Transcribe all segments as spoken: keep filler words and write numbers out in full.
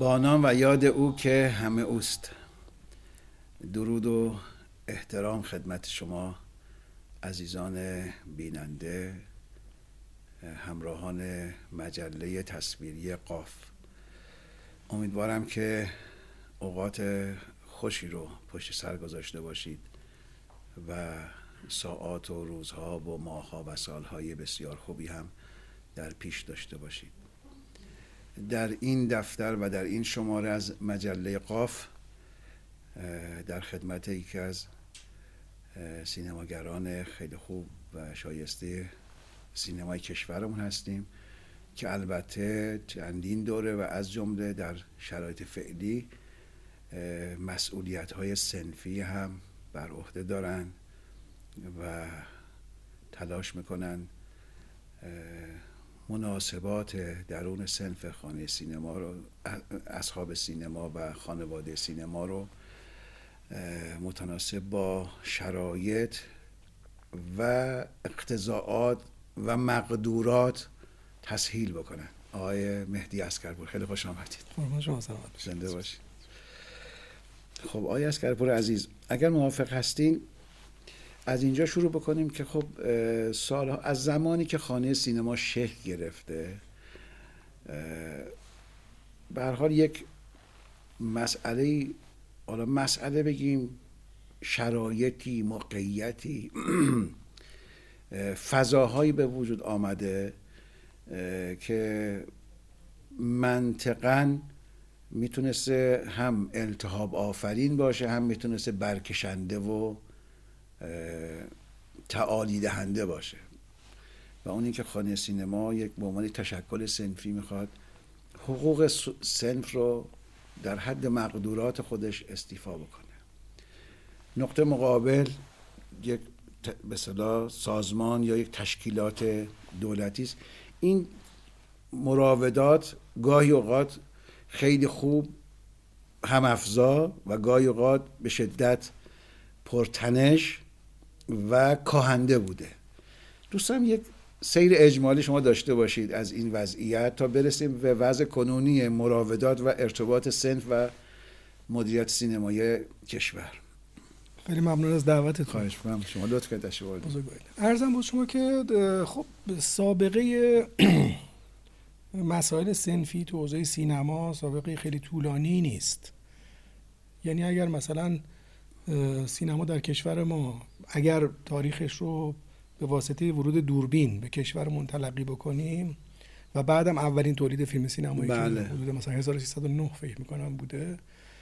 با نام و یاد او که همه اوست. درود و احترام خدمت شما عزیزان بیننده، همراهان مجله تصویری قاف. امیدوارم که اوقات خوشی رو پشت سر گذاشته باشید و ساعات و روزها و ماهها و سالهای بسیار خوبی هم در پیش داشته باشید. در این دفتر و در این شماره از مجله قاف در خدمت یکی از سینماگران خیلی خوب و شایسته سینمای کشورمون هستیم که البته چندین دوره و از جمله در شرایط فعلی مسئولیت‌های صنفی هم بر عهده دارن و تلاش میکنن مناسبات درون صنف خانه سینما رو، اصحاب سینما و خانواده سینما رو متناسب با شرایط و اقتضاعات و مقدورات تسهیل بکنن. آقای مهدی عسکرپور، خیلی خوش آمدید. قربان شما، سلامت زنده باشید. خب آقای عسکرپور عزیز، اگر موافق هستین از اینجا شروع بکنیم که خب سالها از زمانی که خانه سینما شکل گرفته به هر حال یک مسئله، حالا مسئله بگیم شرایطی، موقعیتی فضاهایی به وجود آمده که منطقاً میتونسته هم التهاب آفرین باشه، هم میتونسته برکشنده و تعالی دهنده باشه. و اون این که خانه سینما یک به عنوان تشکل صنفی میخواد حقوق صنف رو در حد مقدورات خودش استیفا بکنه. نقطه مقابل یک به اصطلاح سازمان یا یک تشکیلات دولتی است. این مراودات گاهی اوقات خیلی خوب هم افزا و گاهی اوقات به شدت پرتنش و کاهنده بوده. دوستم یک سیر اجمالی شما داشته باشید از این وضعیت تا برسیم به وضع کنونی مراودات و ارتباط صنف و مدیریت سینمایی کشور. خیلی ممنون از دعوتتون. خواهش می‌کنم، شما لطف کردید تشریف آوردید. عرضم بود شما که خب سابقه مسائل صنفی تو حوزه سینما سابقه خیلی طولانی نیست. یعنی اگر مثلا سینما در کشور ما اگر تاریخش رو به واسطه ورود دوربین به کشورمون تلقی بکنیم و بعدم اولین تولید فیلم سینمایی بله. که حدود مثلا هزار و سیصد و نه فکر میکنم بوده،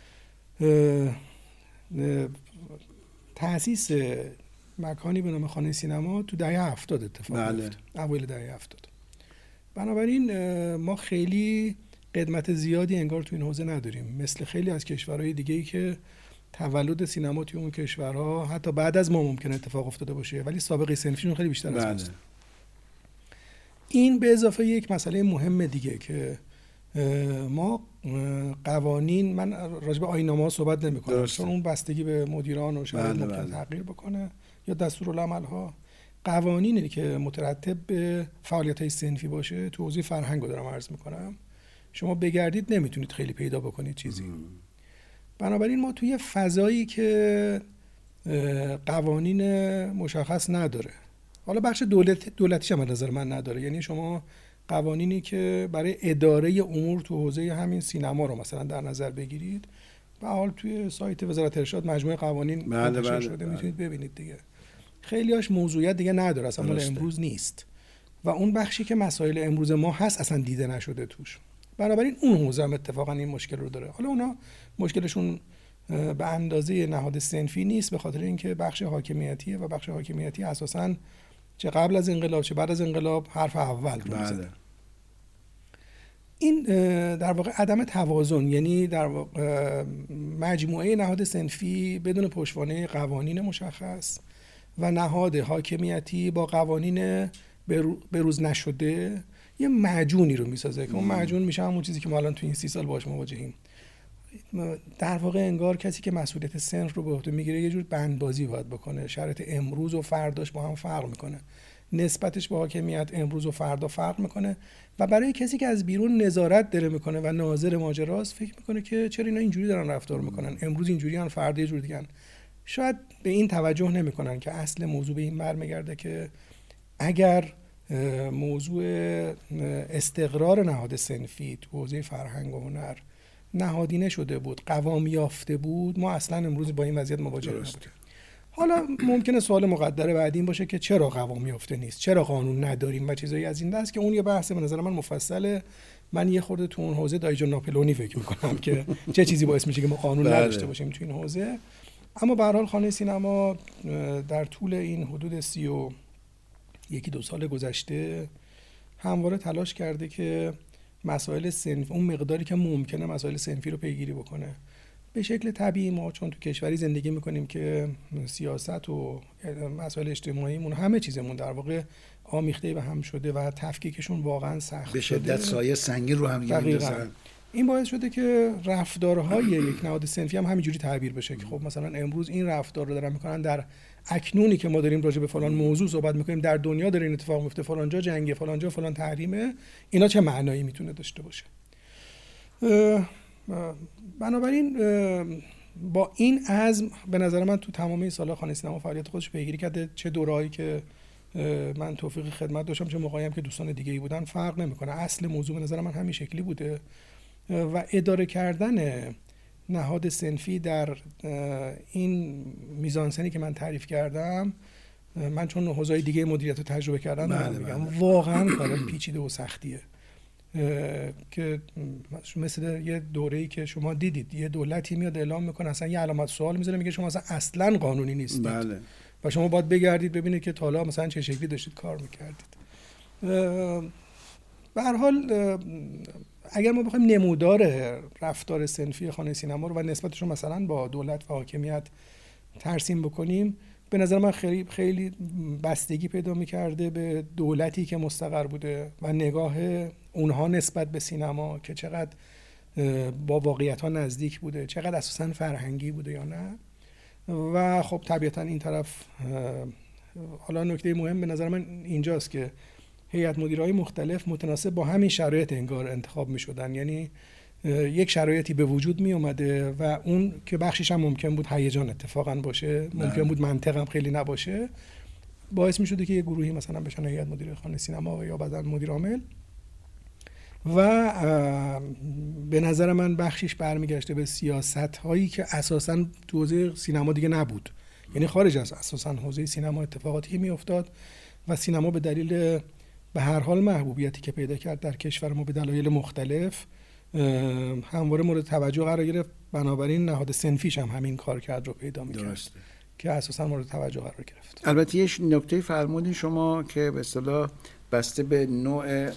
تأسیس مکانی به نام خانه سینما تو دهه هفتاد اتفاق بله. افتاد، اوایل دهه هفتاد. بنابراین ما خیلی قدمت زیادی انگار تو این حوزه نداریم، مثل خیلی از کشورهای دیگه‌ای که تولد سینما توی اون کشورها حتی بعد از ما ممکنه اتفاق افتاده باشه ولی سابقه صنفیشون خیلی بیشتر از ماست. این به اضافه یک مسئله مهم دیگه که ما قوانین، من راجع به آیین‌نامه‌ها صحبت نمی‌کنم چون اون بستگی به مدیران و شرایط بله ممکن بله. تغییر بکنه یا دستورالعمل‌ها. قوانینی که مترتب به فعالیت‌های صنفی باشه تو حوزه فرهنگ رو دارم عرض می‌کنم، شما بگردید نمیتونید خیلی پیدا بکنید چیزی. بنابراین ما توی فضایی که قوانین مشخص نداره، حالا بخش دولت دولتیش هم از نظر من نداره، یعنی شما قوانینی که برای اداره امور تو حوزه همین سینما رو مثلا در نظر بگیرید، به حال توی سایت وزارت ارشاد مجموعه قوانین منتشر بله شده، بله. میتونید ببینید دیگه. خیلی‌هاش موضوعیت دیگه نداره، اصلا مال امروز نیست و اون بخشی که مسائل امروز ما هست اصلا دیده نشده توش. بنابراین اون حوزه هم اتفاقا این مشکل رو داره. حالا اونا مشکلشون به اندازه نهاد صنفی نیست، به خاطر اینکه بخش حاکمیتیه و بخش حاکمیتی اساساً چه قبل از انقلاب چه بعد از انقلاب حرف اول رو میزنه. این در واقع عدم توازن، یعنی در واقع مجموعه نهاد صنفی بدون پشتوانه قوانین مشخص و نهاد حاکمیتی با قوانین بروز نشده یه معجونی رو میسازه که اون معجون میشه همون چیزی که ما الان تو این سی سال باهاش مواجهیم. در واقع انگار کسی که مسئولیت صنف رو به عهده میگیره یه جور بندبازی باید بکنه. شرایط امروز و فرداش با هم فرق میکنه، نسبتش به حاکمیت امروز و فردا فرق میکنه و برای کسی که از بیرون نظارت داره میکنه و ناظر ماجراست فکر میکنه که چرا اینا اینجوری دارن رفتار میکنن، امروز اینجوریان فردا یه جور دیگه. شاید به این توجه نمیکنن که اصل موضوع به این برمیگرده که اگر موضوع استقرار نهاد صنفی تو حوزه فرهنگ و هنر نهادینه شده بود، قوام یافته بود، ما اصلا امروز با این وضعیت مواجه نبودیم. حالا ممکنه سوال مقدره بعدی این باشه که چرا قوام یافته نیست، چرا قانون نداریم و چیزایی از این دست، که اون یه بحث به نظر من مفصله. من یه خورده تو اون حوزه دایجان ناپلونی فکر می‌کنم که چه چیزی باعث میشه که ما قانون نداشته باشیم تو این حوزه. اما به هر حال خانه سینما در طول این حدود سی و یکی دو سال گذشته همواره تلاش کرده که مسائل صنف، اون مقداری که ممکنه مسائل صنفی رو پیگیری بکنه. به شکل طبیعی ما چون تو کشوری زندگی میکنیم که سیاست و مسائل اجتماعیمون همه چیزمون در واقع آمیخته به هم شده و تفکیکشون واقعا سخت به شدت سایه سنگین رو هم می‌ذارن. این باعث شده که رفتارهای یک نهاد صنفی هم همینجوری تعبیر بشه که خب مثلا امروز این رفتار رو دارن میکنن، در اکنونی که ما داریم راجع به فلان موضوع صحبت میکنیم در دنیا داره این اتفاق میفته، فلان جا جنگه، فلان جا فلان تحریمه، اینا چه معنایی میتونه داشته باشه؟ بنابراین با این عزم به نظر من تو تمامی سال‌ها خانه سینما فعالیت خودش پیگیری کرده. چه دورهایی که من توفیق خدمت داشتم، چه موقعی هم که دوستان دیگه‌ای بودن، فرق نمیکنه. اصل موضوع به نظر من همین شکلی بوده و اداره کردن نهاد صنفی در این میزانسنی که من تعریف کردم، من چون حوزه‌های دیگه مدیریت رو تجربه کردم بله میگم بله. واقعا کار پیچیده و سختیه که مثل یه دوره‌ای که شما دیدید یه دولتی میاد اعلام میکنه، اصلا یه علامت سوال میذاره، میگه شما اصلا اصلا قانونی نیستید. بله. و شما باید بگردید ببینید که تا حالا مثلا چه شکلی داشتید کار میکردید. به هر حال اگر ما بخوایم نمودار رفتار صنفی خانه سینما رو و نسبتشون مثلا با دولت و حاکمیت ترسیم بکنیم، به نظر من خیلی خیلی بستگی پیدا می‌کرده به دولتی که مستقر بوده و نگاه اونها نسبت به سینما که چقدر با واقعیت‌ها نزدیک بوده، چقدر اساساً فرهنگی بوده یا نه. و خب طبیعتاً این طرف حالا نکته مهم به نظر من اینجاست که هیئت مدیرهای مختلف متناسب با همین شرایط انگار انتخاب می‌شدن، یعنی یک شرایطی به وجود می اومده و اون که بخشش هم ممکن بود هیجان اتفاقا باشه، ممکن بود منطق هم خیلی نباشه، باعث می شده که یه گروهی مثلا بشن هیئت مدیره خانه سینما یا بعداً مدیر عامل و به نظر من بخشش برمیگشته به سیاست هایی که اساساً تو حوزه سینما دیگه نبود، یعنی خارج از اساساً حوزه سینما اتفاقاتی می افتاد و سینما به دلیل به هر حال محبوبیتی که پیدا کرد در کشور ما به دلایل مختلف همواره مورد توجه قرار گرفت. بنابراین نهاد صنفیش هم همین کار کرد رو پیدا می‌کرد که اساساً مورد توجه قرار گرفت. البته یه نکته فرمودین شما که به اصطلاح بسته به نوع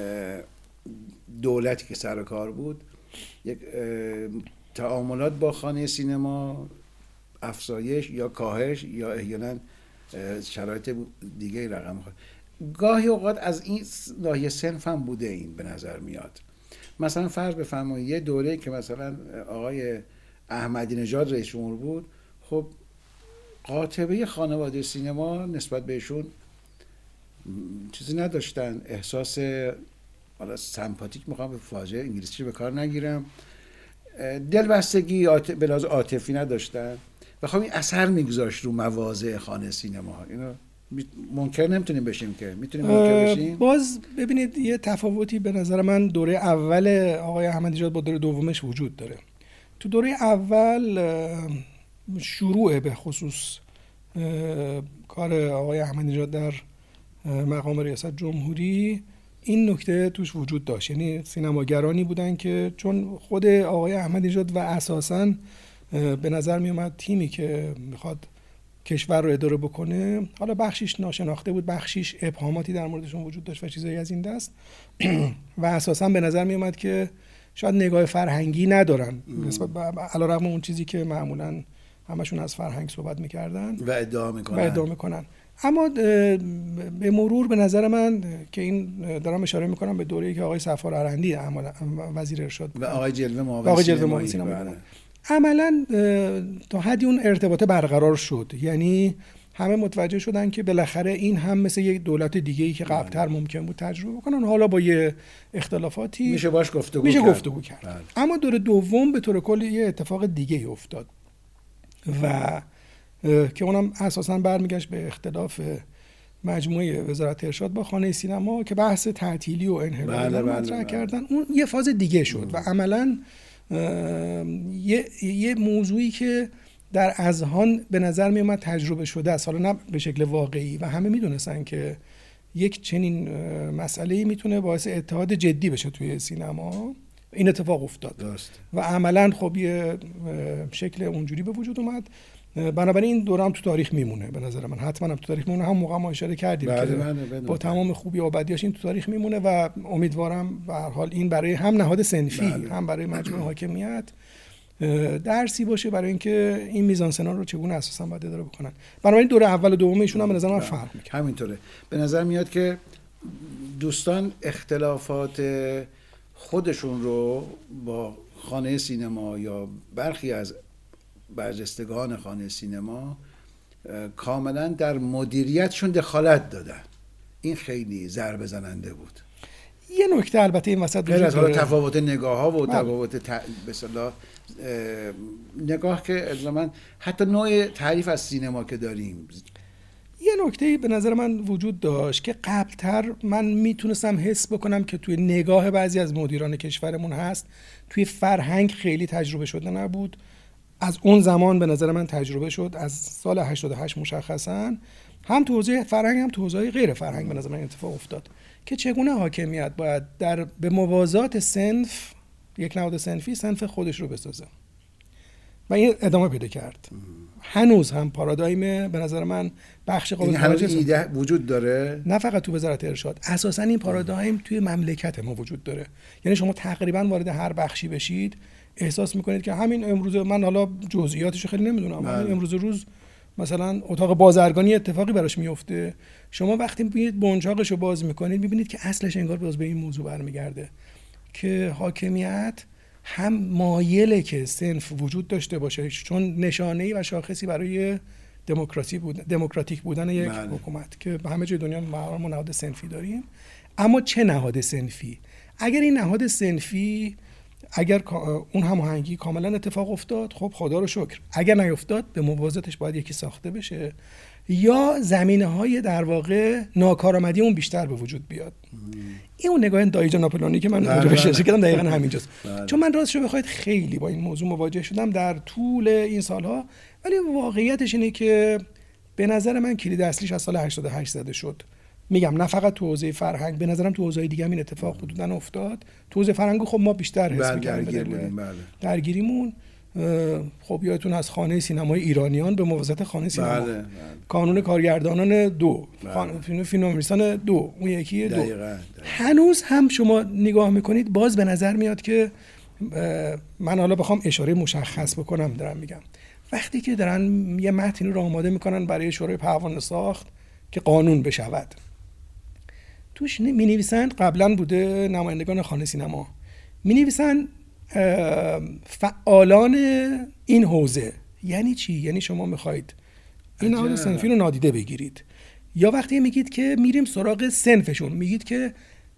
دولتی که سر کار بود، یک تعاملات با خانه سینما افزایش یا کاهش یا احیانا شرایط دیگه رقم خورد. گاهی اوقات از این ناحیه صنف هم بوده، این به نظر میاد. مثلا فرض بفرمایید یه دوره که مثلا آقای احمدی نژاد رئیس جمهور بود، خب قاطبه خانواده سینما نسبت بهشون چیزی نداشتن، احساس حالا سمپاتیک، میخوام به فاجعه انگلیسی به کار نگیرم، دلبستگی به لحاظ عاطفی نداشتن و خب این اثر میگذاشت رو مواضع خانه سینما. اینو منکر نمیتونیم بشیم که میتونیم منکر بشیم. باز ببینید یه تفاوتی به نظر من دوره اول آقای احمدی نژاد با دوره دومش وجود داره. تو دوره اول شروع به خصوص کار آقای احمدی نژاد در مقام ریاست جمهوری این نکته توش وجود داشت، یعنی سینماگرانی بودن که چون خود آقای احمدی نژاد و اساساً به نظر می اومد تیمی که میخواد کشور رو اداره بکنه، حالا بخشیش ناشناخته بود، بخشیش ابهاماتی در موردشون وجود داشت و چیزایی از این دست و اساساً به نظر می اومد که شاید نگاه فرهنگی ندارن نسبت به علیرغم اون چیزی که معمولاً همشون از فرهنگ صحبت میکردن و ادعا میکنن و ادعا میکنن اما به مرور به نظر من که این دارم اشاره میکنم به دوره‌ای که آقای صفار ارندی وزیر ارشاد و آقای جلوه معاون آقای جلوه معاون سینمایی عملاً تا حدی اون ارتباط برقرار شد. یعنی همه متوجه شدن که بالاخره این هم مثل یک دولت دیگه‌ای که قبل‌تر ممکن بود تجربه کنن، حالا با یه اختلافاتی میشه باش گفتگو میشه کرد. گفتگو کرد. بله. اما دور دوم به طور کلی یه اتفاق دیگه افتاد و که اونم اساساً برمیگشت به اختلاف مجموعه وزارت ارشاد با خانه سینما که بحث تعطیلی و انحلال بله رو بله مطرح بله. کردن. اون یه فاز دیگه شد و عملاً یه یه موضوعی که در اذهان به نظر می اومد تجربه شده است، حالا نه به شکل واقعی، و همه میدونستن که یک چنین مسئله‌ای میتونه باعث اتحاد جدی بشه توی سینما. این اتفاق افتاد درست. و عملاً خب یه شکل اونجوری به وجود اومد. بنابراین این دوره هم تو تاریخ میمونه به نظر من، حتما هم تو تاریخ میمونه. هم موقع ما اشاره کردیم بله که بله بله با تمام خوبی و بدیاش این تو تاریخ میمونه و امیدوارم به هر حال این برای هم نهاد صنفی بله. هم برای مجموعه حاکمیت درسی باشه برای اینکه این میزانسنا رو چگونه اساسا باید اداره بکنن. بنابراین دوره اول و دوم ایشون هم به نظر من فرق میکنه. همینطوره. به نظر میاد که دوستان اختلافات خودشون رو با خانه سینما یا برخی از برجستگان خانه سینما کاملا در مدیریتشون دخالت دادن. این خیلی ضربه زننده بود. یه نکته البته این وسط غیر از حالا تفاوت نگاه ها و بله. تفاوت ت... به اصطلاح نگاه که الزاماً حتی نوع تعریف از سینما که داریم، یه نکته به نظر من وجود داشت که قبلتر من میتونستم حس بکنم که توی نگاه بعضی از مدیران کشورمون هست، توی فرهنگ خیلی تجربه شده نبود. از اون زمان به نظر من تجربه شد، از سال هشتاد و هشت مشخصاً، هم تو حوزه فرهنگ هم تو حوزه غیر فرهنگ به نظر من اتفاق افتاد که چگونه حاکمیت باید در به موازات صنف، یک نهاد صنفی صنف خودش رو بسازه و این ادامه پیدا کرد. هنوز هم پارادایم به نظر من بخش قابل توجه ایده وجود داره، نه فقط تو وزارت ارشاد، اساسا این پارادایم توی مملکت ما وجود داره. یعنی شما تقریبا وارد هر بخشی بشید احساس میکنید که همین امروز، من حالا جزئیاتش خیلی نمیدونم، همین امروز روز مثلا اتاق بازرگانی اتفاقی براش میفته، شما وقتی میبینید بنچاقش رو باز میکنید میبینید که اصلش انگار باز به این موضوع برمیگرده که حاکمیت هم مایله که صنف وجود داشته باشه چون نشانه‌ای و شاخصی برای دموکراسی بود، دموکراتیک بودن یک بله. حکومت که همه جای دنیا ما نهاد صنفی داریم. اما چه نهاد صنفی؟ اگر این نهاد صنفی اگر اون هماهنگی کاملا اتفاق افتاد، خب خدا رو شکر. اگر نیفتاد به موازاتش باید یکی ساخته بشه یا زمینه‌های در واقع ناکارآمدی اون بیشتر به وجود بیاد. این اون نگاه دایجان ناپلئونی که من راجع بهش اشاره کردم دقیقاً همینجاست. چون من راستش بخواید خیلی با این موضوع مواجه شدم در طول این سالها، ولی واقعیتش اینه که به نظر من کلید اصلیش از سال هشتاد و هشت زده شد. میگم نه فقط تو حوزه فرهنگ، به نظرم تو حوزه دیگه هم این اتفاق حدوداً افتاد. تو حوزه فرهنگ خب ما بیشتر حس می‌کردیم بله. درگیریمون خب یادتون از خانه سینمای ایرانیان به موازات خانه سینما، بله، بله. کانون کارگردانان دو، بله. فیلمنویسان دو، اون یکی دو. دقیقاً، دقیقاً. هنوز هم شما نگاه میکنید باز به نظر میاد که من حالا بخوام اشاره مشخص بکنم دارم میگم، وقتی که دارن یه متنی رو آماده میکنن برای شورای پروانه ساخت که قانون بشود، توش می نویسن قبلا بوده نمایندگان خانه سینما، می نویسن فعالان این حوزه. یعنی چی؟ یعنی شما میخواید این نهاد صنفی رو نادیده بگیرید، یا وقتی میگید که میریم سراغ صنفشون میگید که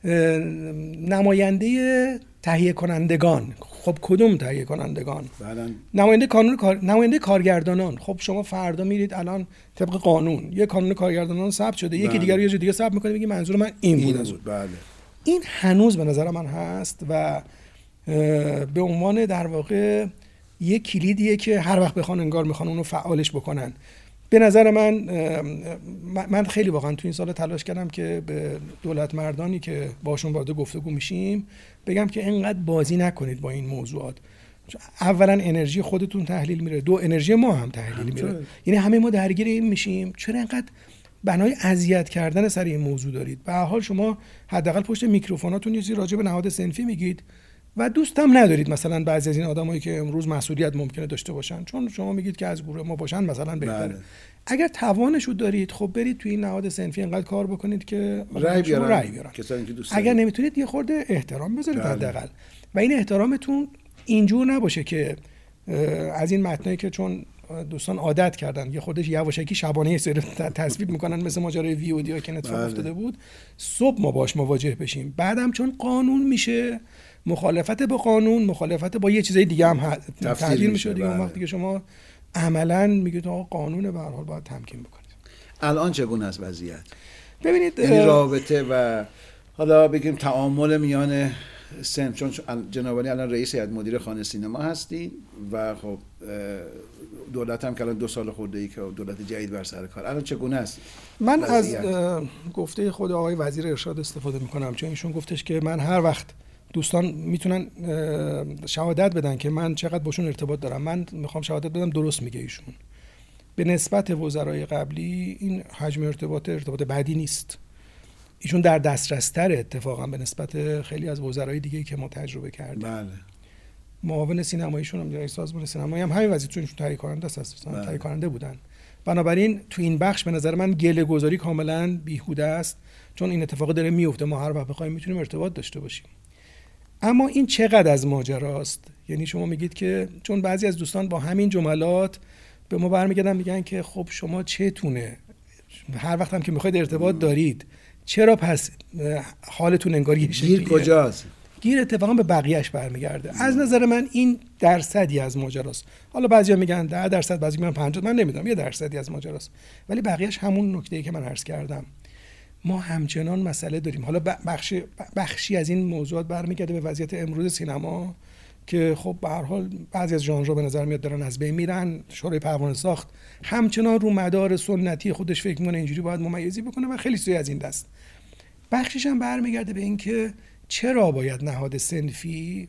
نماینده تهیه کنندگان. خب کدوم تهیه کنندگان؟ بله. نماینده کانون کار... نماینده کارگردانان. خب شما فردا میرید الان طبق قانون یه کانون کارگردانان ثبت شده، یکی دیگه رو یه جای دیگه ثبت میکنه میگه منظور من این, این بود. بله. این هنوز به نظر من هست و به عنوان در واقع یک کلیدیه که هر وقت بخوان انگار میخوان اونو فعالش بکنن. به نظر من من خیلی واقعا تو این سال تلاش کردم که به دولت مردانی که باشون وارد گفتگو میشیم بگم که اینقدر بازی نکنید با این موضوعات. اولا انرژی خودتون تحلیل میره، دو انرژی ما هم تحلیل میره. یعنی همه ما درگیر این میشیم، چرا اینقدر بنای اذیت کردن سر این موضوع دارید؟ به هر حال شما حداقل پشت میکروفوناتون یه چیزی راجع به نهاد صنفی میگید، و دوست هم ندارید مثلا بعضی از این آدمایی که امروز مسئولیت ممکنه داشته باشن، چون شما میگید که از گروه ما باشن مثلا بهتره. بله. اگر توانشو دارید خب برید توی این نهاد صنفی انقدر کار بکنید که رأی بیارن. رأی بیارن. اگر نمیتونید یه خورده احترام بذارید حداقل. و این احترامتون اینجور نباشه که از این متنایی که چون دوستان عادت کردن یه خودش یواشکی شبانه یه سری تصویب میکنن مثل ماجرای وی او دی که اتفاق افتاده بود، صبح ما باش مواجه بشیم، بعدم چون قانون میشه مخالفت با قانون، مخالفت با یه چیزای دیگه هم تبدیل میشه دیگه. اون وقتی که شما عملاً میگید آقا قانون به هر حال باید تمکین بکنید. الان چگونه است وضعیت؟ ببینید یعنی رابطه و حالا بگیم تعامل میان صنف، چون جناب علی الان رئیس هیئت مدیره خانه سینما هستین و خب دولت هم که الان دو سال خورده ای که دولت جدید بر سر کار، الان چگونه است؟ من وضعیت؟ از گفته خود آقای وزیر ارشاد استفاده میکنم، چون ایشون گفتش که من هر وقت دوستان میتونن شهادت بدن که من چقدر باشون ارتباط دارم، من میخوام شهادت بدم درست میگه ایشون. به نسبت وزرای قبلی این حجم ارتباط ارتباط بدی نیست. ایشون در دسترس تر اتفاقا به نسبت خیلی از وزرای دیگه که ما تجربه کردیم. بله. معاون سینماییشون هم رئیس سازمان سینمایی هم همین وضعیت، چون ایشون تهیه کننده است، بله. تهیه کننده بودن. بنابراین تو این بخش به نظر من گله گذاری کاملا بیهوده است، چون این اتفاق داره میفته، ما هر وقت بخوایم میتونیم ارتباط داشته باشیم. اما این چقدر از ماجراست؟ یعنی شما میگید که چون بعضی از دوستان با همین جملات به ما برمیگردن میگن که خب شما چتونه، هر وقت هم که میخواید ارتباط دارید چرا پس حالتون انگار یه شکلیه؟ گیر کجاست؟ گیر اتفاقا به بقیه‌اش برمیگرده. از نظر من این درصدی از ماجراست. حالا بعضیا میگن ده درصد، بعضی میگن پنجاه، من نمیدونم، یه درصدی از ماجراست. ولی بقیه‌اش همون نکته‌ای که من عرض کردم. ما همچنان مسئله داریم. حالا بخشی بخشی از این موضوعات برمیگرده به وضعیت امروز سینما که خب به هر حال بعضی از ژانرها به نظر میاد دارن از بین میرن. شورای پروانه ساخت همچنان رو مدار سنتی خودش فکر میکنه اینجوری باید ممیزی بکنه و خیلی سوی از این دست. بخشش هم برمیگرده به این که چرا باید نهاد صنفی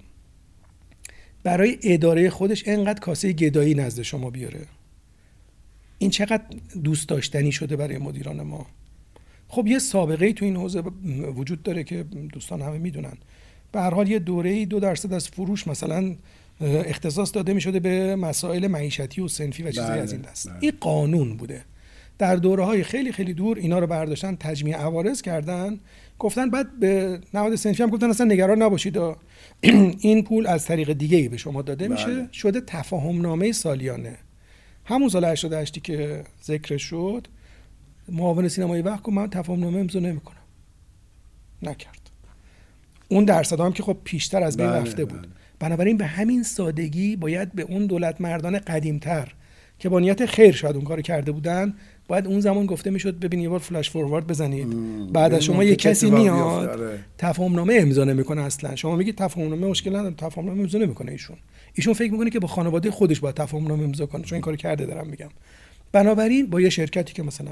برای اداره خودش اینقدر کاسه گدایی نزد شما بیاره؟ این چقدر دوست داشتنی شده برای مدیران ما؟ خب یه سابقه تو این حوزه وجود داره که دوستان همه میدونن. به هر حال یه دوره‌ای دو درصد از فروش مثلا اختصاص داده میشده به مسائل معیشتی و صنفی و چیزایی از این دست. این قانون بوده. در دوره‌های خیلی خیلی دور اینا رو برداشتن، تجمیع عوارض کردن، گفتن بعد به نهاد صنفی هم گفتن اصلا نگران نباشید این پول از طریق دیگه‌ای به شما داده میشه. بله. شده تفاهم نامه سالیانه. همون سال هشتاد و هشت که ذکر شد، معاون سینمایی وقت گفت من تفاهم نامه امضا نمی‌کنم. نکرد. اون درصد هم که خب پیشتر از بین رفته بود. بله. بنابراین به همین سادگی باید به اون دولت مردان قدیم‌تر که با نیت خیر شاید اون کارو کرده بودن، باید اون زمان گفته میشد ببین یه بار فلش فوروارد بزنید، بعد از شما یه کسی میاد تفاهم نامه امضا نمیکنه. اصلا شما میگید تفاهم نامه مشکل نداره، تفاهم نامه امضا نمیکنه ایشون. ایشون فکر میکنه که با خانواده خودش باید تفاهم نامه امضا کنه، چون این کارو کرده دارم میگم. بنابراین با یه شرکتی که مثلا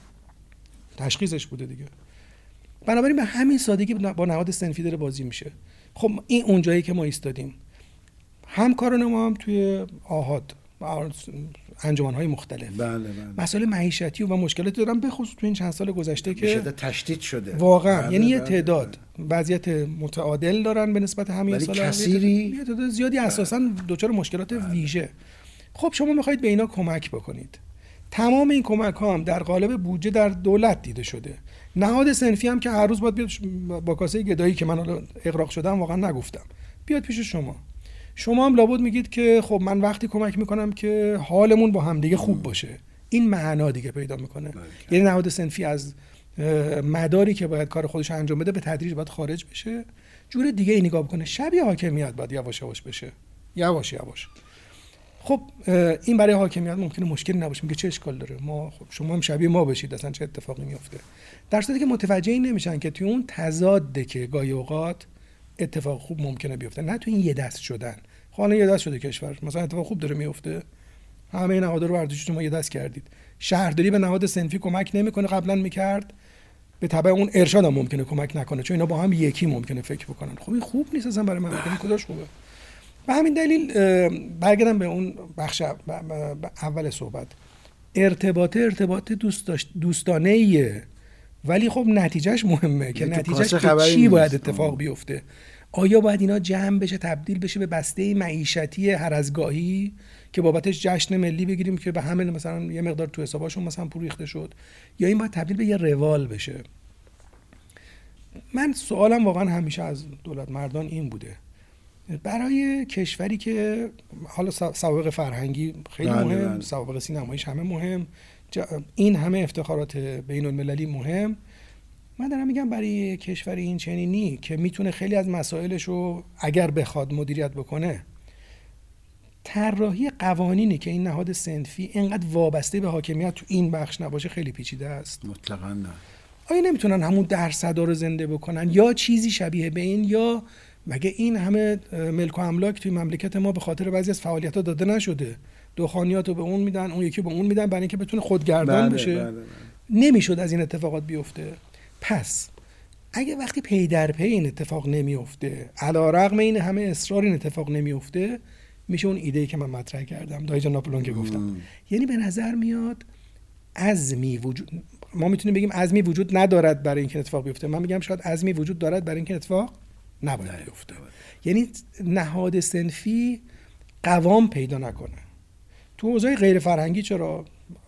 تشخیصش بوده دیگه، بنابراین به همین سادگی با نهاد صنفی داره بازی میشه. خب این اونجایی که ما ایستادیم، همکاران ما هم توی آهاد انجمن‌های مختلف بله بله. مسائل معیشتی و مشکلاتی دارن، به خصوص تو این چند سال گذشته که شده تشدید شده واقعا. بله یعنی یه بله تعداد بله. وضعیت متعادل دارن به نسبت همین سال، کثیری یه تعداد زیادی اساساً دچار مشکلات بله. ویژه. خب شما میخواید به اینا کمک بکنید. تمام این کمک ها هم در قالب بودجه در دولت دیده شده. نهاد صنفی هم که هر روز باید بیاد با کاسه گدایی که من حالا اغراق شدم واقعا نگفتم، بیاد پیش شما. شما هم لابد میگید که خب من وقتی کمک میکنم که حالمون با هم دیگه خوب باشه. این معنا دیگه پیدا میکنه. یعنی نهاد صنفی از مداری که باید کار خودش انجام بده به تدریج باید خارج بشه، جور دیگه ای نگاه بکنه. شبیه حاکمیت باید یواش یواش بشه، یواش یواش. خب این برای حاکمیت ممکنه مشکلی نباشه، میگه چه اشکال داره، ما خب شما هم شبیه ما بشید، اصلا چه اتفاقی میفته. در صورتی که متوجه این نمیشن که توی اون تضاده که گاهی اوقات اتفاق خوب ممکنه بیفته، نه تو این یه دست شدن. حالا یه دست شده کشور، مثلا اتفاق خوب داره میفته، همه نهادها رو برداشتید شما یه دست کردید. شهرداری به نهاد صنفی کمک نمیکنه، قبلا میکرد، به تبع اون ارشاد هم ممکنه کمک نکنه، چون اینا با هم یکی ممکنه فکر بکنن. خب این خوب نیست اصلا برای من، کداش خوبه؟ به همین دلیل برگردم به اون بخش اول صحبت. ارتباط ارتباط دوست داشت دوستانه ایه، ولی خب نتیجهش مهمه که نتیجهش به چی باید اتفاق بیفته. آیا باید اینا جمع بشه تبدیل بشه به بسته معیشتی هر از گاهی که بابتش جشن ملی بگیریم که به همه مثلا یه مقدار تو حساباشون مثلا پول ریخته شد، یا این باید تبدیل به یه روال بشه؟ من سوالم واقعا همیشه از دولت مردان این بوده، برای کشوری که حالا سوابق فرهنگی خیلی بله مهم، بله. سوابق سینماییش همه مهم، این همه افتخارات بین المللی مهم، من دارم میگم برای کشور این چنینی که میتونه خیلی از مسائلش رو اگر بخواد مدیریت بکنه، طراحی قوانینی که این نهاد صنفی اینقدر وابسته به حاکمیت تو این بخش نباشه خیلی پیچیده است. مطلقاً نه. آیا نمیتونن همون درصدا رو زنده بکنن یا چیزی شبیه به این؟ یا مگه این همه ملک و املاک توی مملکت ما به خاطر بعضی از فعالیت‌ها داده نشده؟ دخانیات رو به اون میدن، اون یکی به اون میدن، برای اینکه بتونه خودگردان بله، بشه. بله، بله. نمیشد از این اتفاقات بیفته. پس اگه وقتی پی در پی این اتفاق نمیفته، علی‌رغم این همه اصرار این اتفاق نمیفته، میشه اون ایده‌ای که من مطرح کردم، دایجا ناپلئون که گفتم. ام. یعنی به نظر میاد عزمی وجود، ما میتونیم بگیم عزمی وجود ندارد برای اینکه اتفاق بیفته، من میگم شاید عزمی وجود دارد برای اینکه اتفاق نباید بیفته. یعنی نهاد صنفی قوام پیدا نکنه. تو حوزه غیر فرهنگی چرا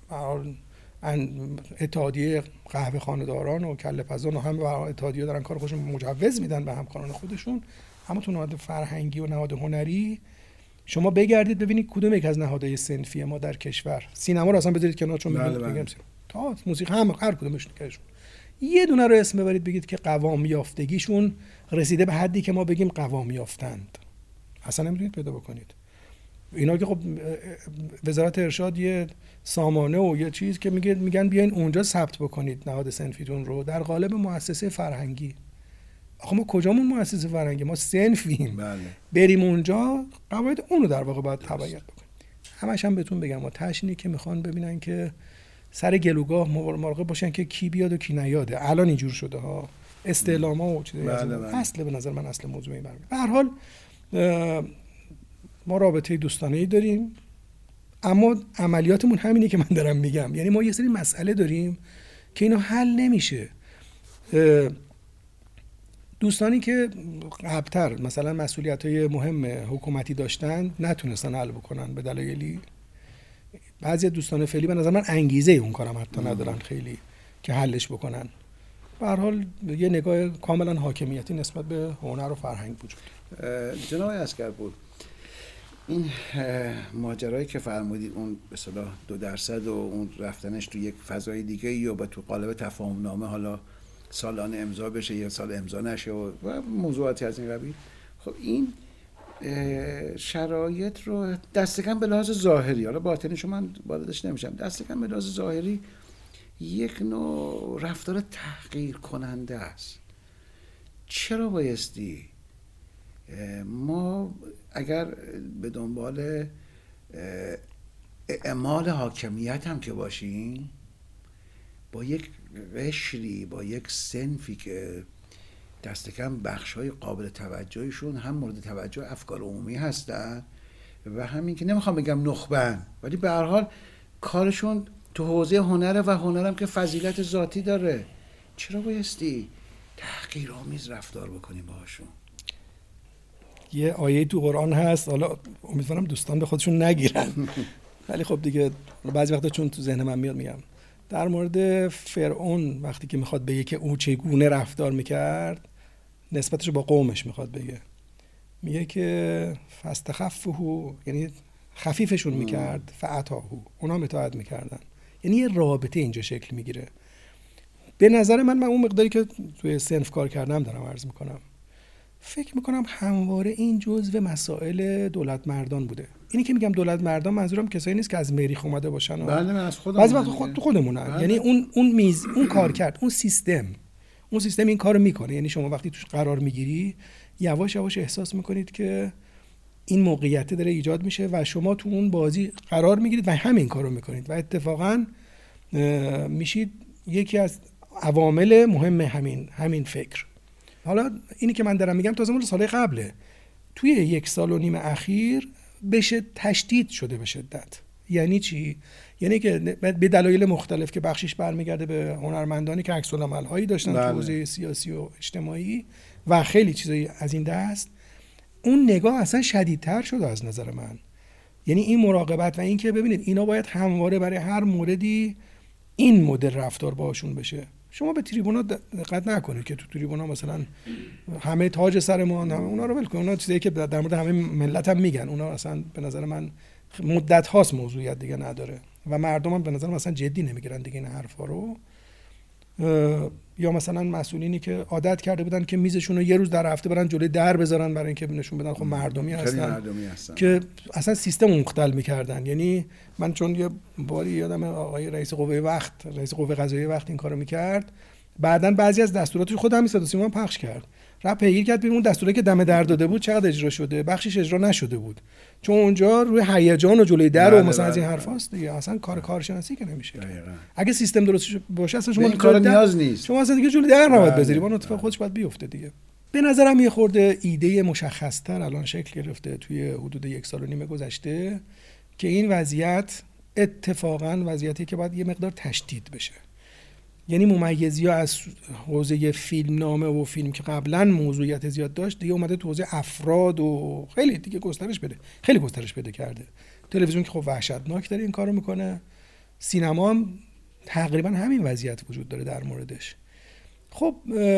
اتحادیه قهوه خانه‌داران و کله پزان و هم اتحادیه دارن کار خودشون مجوز میدن به همکاران خودشون، اما تو نهاد فرهنگی و نهاد هنری شما بگردید ببینید کدوم یک از نهادهای صنفی ما در کشور، سینما رو اصلا بذارید کنار چون بله میگم تا موسیقی هم هر کدومش نگهشون، یه دونه رو اسم ببرید بگید که قوام یافتگیشون رسیده به حدی که ما بگیم قوام یافتند. اصلا نمیتونید پیدا بکنید. اینا که خب وزارت ارشاد یه سامانه و یه چیز که میگه میگن بیاین اونجا ثبت بکنید نهاد صنفیتون رو در قالب مؤسسه فرهنگی. آخه ما کجامون مؤسسه فرهنگی؟ ما صنفیم. بله. بریم اونجا قواعد اونو در واقع باید تبعیت بکنیم. همش هم بهتون بگم ما تشنی که میخوان ببینن که سر گلوگاه مراقب باشن که کی بیاد و کی نیاده. الان اینجور شده ها، استعلاما و چیزایی. بله بله. اصل به نظر من اصل موضوع این برمیاد. به هر حال ما رابطه دوستانه‌ای داریم، اما عملیاتمون همینه که من دارم میگم. یعنی ما یه سری مسئله داریم که اینا حل نمیشه. دوستانی که قبل‌تر مثلا مسئولیت‌های مهم حکومتی داشتن نتونستن حل بکنن به دلایلی، بعضی دوستان فعلی به نظر من انگیزه اون کارم حتی ندارن خیلی که حلش بکنن. به هر حال یه نگاه کاملا حاکمیتی نسبت به هنر و فرهنگ وجود. جناب عسگرپور، این ماجرایی که فرمودید اون به اصطلاح دو درصد و اون رفتنش تو یک فضای دیگه یا با تو قالب تفاهم نامه حالا سالانه امضا بشه یا سال امضا نشه و, و موضوعاتی از این قبیل، خب این شرایط رو دست کم به لحاظ ظاهری، حالا باطنیشو من واردش نمیشم، دست کم به لحاظ ظاهری یک نوع رفتار تحقیر کننده است. چرا بایستی ما اگر به دنبال اعمال حاکمیت هم که باشیم، با یک قشری، با یک صنفی که دست کم بخش‌های قابل توجهشون هم مورد توجه افکار عمومی هستن و همین که نمیخوام بگم نخبن، ولی به هر حال کارشون تو حوزه هنره و هنرم که فضیلت ذاتی داره، چرا بایستی تحقیرآمیز رفتار بکنیم باهاشون؟ یه آیه تو قرآن هست، حالا امیدوارم دوستان به خودشون نگیرن ولی خب دیگه بعضی وقتا چون تو ذهن من میاد میگم، در مورد فرعون وقتی که میخواد بگه که او چگونه رفتار میکرد، نسبتش با قومش میخواد بگه، میگه که فاستخفه، یعنی خفیفشون میکرد، فعتاه، اونا هم اطاعت میکردن. یعنی یه رابطه اینجا شکل میگیره. به نظر من من اون مقداری که توی صنف کار کردم دارم عرض میکنم، فکر میکنم همواره این جزء مسائل دولت مردان بوده. اینی که میگم دولت مردان منظورم کسایی نیست که از مریخ اومده باشن. بله، من از خودم. بعضی وقت خود خودمونن. بله. یعنی اون اون میز اون کار کرد، اون سیستم اون سیستم این کارو میکنه. یعنی شما وقتی توش قرار میگیری یواش یواش احساس میکنید که این موقعیت داره ایجاد میشه و شما تو اون بازی قرار میگیرید و همین کارو میکنید و اتفاقا میشید یکی از عوامل مهم همین همین فکر. حالا اینی که من دارم میگم تازه مال سال قبله، توی یک سال و نیم اخیر بشه تشدید شده به شدت. یعنی چی؟ یعنی که به دلایل مختلف که بخشش برمیگرده به هنرمندانی که عکس العمل هایی داشتن بله. تو حوزه سیاسی و اجتماعی و خیلی چیزایی از این دست، اون نگاه اصلا شدیدتر شده از نظر من. یعنی این مراقبت و این که ببینید اینا باید همواره برای هر موردی این مدل رفتار باشون بشه. شما به تریبونا دقت نکنید که تو تریبونا مثلا همه تاج سر ما، اونا رو ول کنید، اونا چیزایی که در مورد همه ملت هم میگن، اونا اصلا به نظر من مدت هاست موضوعیت دیگه نداره و مردم هم به نظر من اصلا جدی نمیگیرن دیگه این حرفا رو. یا مثلا مسئولینی که عادت کرده بودن که میزشون رو یه روز در هفته برن جلوی در بذارن برای اینکه نشون بدن خب مردمی هستن. مردمی هستن که اصلا سیستم مختل میکردن. یعنی من چون یه باری یادم آقای رئیس قوه وقت رئیس قوه قضاییه وقت این کارو میکرد، بعدن بعضی از دستوراتش خود همین صدا سیما پخش کرد، رفت پیگیر کرد ببین اون دستوری که دم در داده بود چقدر اجرا شده، بخشش اجرا نشده بود چون اونجا روی هیجان و جلوی در و مثلا از این حرفاست دیگه. اصلا کار کارشناسی که نمیشه. اگه سیستم درست باشه اصلا شما کار نیاز نیست، شما اصلا دیگه جلوی در نباید بذاری، با اتفاق خودش باید بیفته دیگه. به نظرم یه خورده ایده مشخص‌تر الان شکل گرفته توی حدود یک سال و نیم گذشته که این وضعیت اتفاقا وضعیتی که باید یه مقدار تشدید بشه. یعنی ممیزی‌ها از حوزه فیلم نامه و فیلم که قبلا موضوعیت زیاد داشت دیگه اومده تو حوزه افراد و خیلی دیگه گسترش بده خیلی گسترش بده کرده. تلویزیون که خب وحشتناک داره این کارو میکنه، سینما هم تقریبا همین وضعیت وجود داره در موردش. خب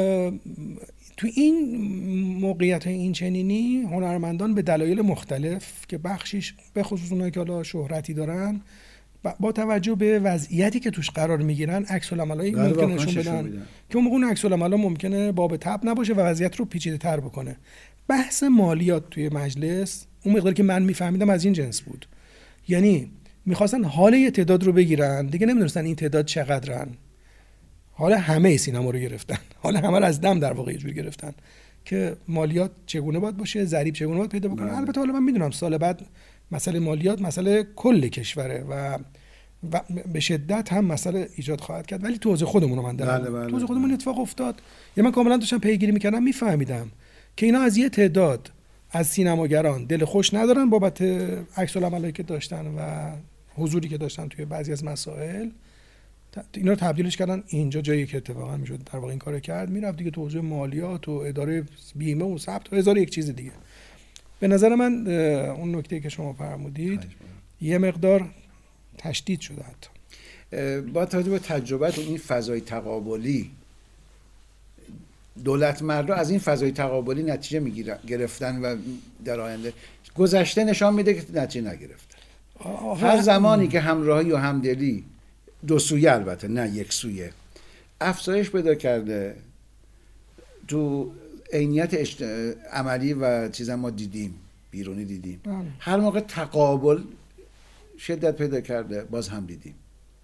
تو این موقعیت این چنینی هنرمندان به دلایل مختلف که بخشیش به خصوص اونایی که حالا شهرتی دارن با توجه به وضعیتی که توش قرار میگیرن عکس العملایی ممکنه نشون بدن که اون موقع اون عکس العملا ممکنه باب تب نباشه و وضعیت رو پیچیده تر بکنه. بحث مالیات توی مجلس اون مقداری که من میفهمیدم از این جنس بود، یعنی میخواستن حال یه تعداد رو بگیرن، دیگه نمیدونستن این تعداد چقدرن، حالا همه سینما رو گرفتن، حالا همه رو از دم در واقع یه جوری گرفتن که مالیات چگونه باید باشه، ضریب چگونه باید پیدا بکنه. البته حالا من میدونم سال بعد مسئله مالیات مسئله کل کشوره و و به شدت هم مسئله ایجاد خواهد کرد، ولی تو حوزه خودمون من دارم بله بله. تو حوزه خودمون اتفاق افتاد. یا من کاملا داشتم پیگیری میکردم میفهمیدم که اینا از یه تعداد از سینماگران دل خوش ندارن بابت عکس العملی که داشتن و حضوری که داشتن توی بعضی از مسائل، اینا رو تبدیلش کردن اینجا جایی که اتفاقا میشد در واقع این کارو کرد، میرفت دیگه تو حوزه مالیات و اداره بیمه و ثبت و هزار یک چیز دیگه. به نظر من اون نکته که شما فرمودید یه مقدار تشدید شده. حتی با توجه به تجربت این فضای تقابلی دولت مردا از این فضای تقابلی نتیجه میگیرن گرفتن و در آینده گذشته نشان میده که نتیجه نگرفتن. هر زمانی که همراهی و همدلی دو سویه، البته نه یک سویه، افزایش پیدا کرده تو عینیت اشت... عملی و چیزا ما دیدیم بیرونی دیدیم بله. هر موقع تقابل شدت پیدا کرده باز هم دیدیم.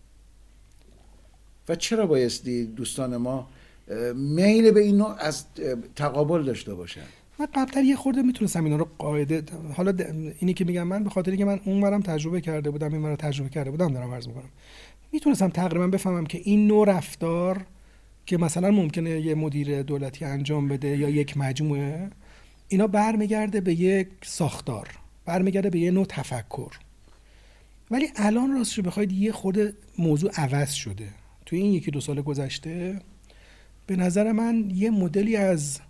و چرا بایستی دوستان ما میل به این نوع از تقابل داشته باشن؟ من قبلتر یه خورده میتونستم اینا رو قاعده، حالا اینی که میگم من به خاطری که من اونورم تجربه کرده بودم اینورم تجربه کرده بودم دارم عرض میکنم، میتونستم تقریبا بفهمم که این نوع رفتار که مثلا ممکنه یه مدیر دولتی انجام بده یا یک مجموعه، اینا برمیگرده به یک ساختار، برمیگرده به یه نوع تفکر. ولی الان راستش رو بخواید یه خورده موضوع عوض شده. توی این یکی دو سال گذشته به نظر من یه مدلی از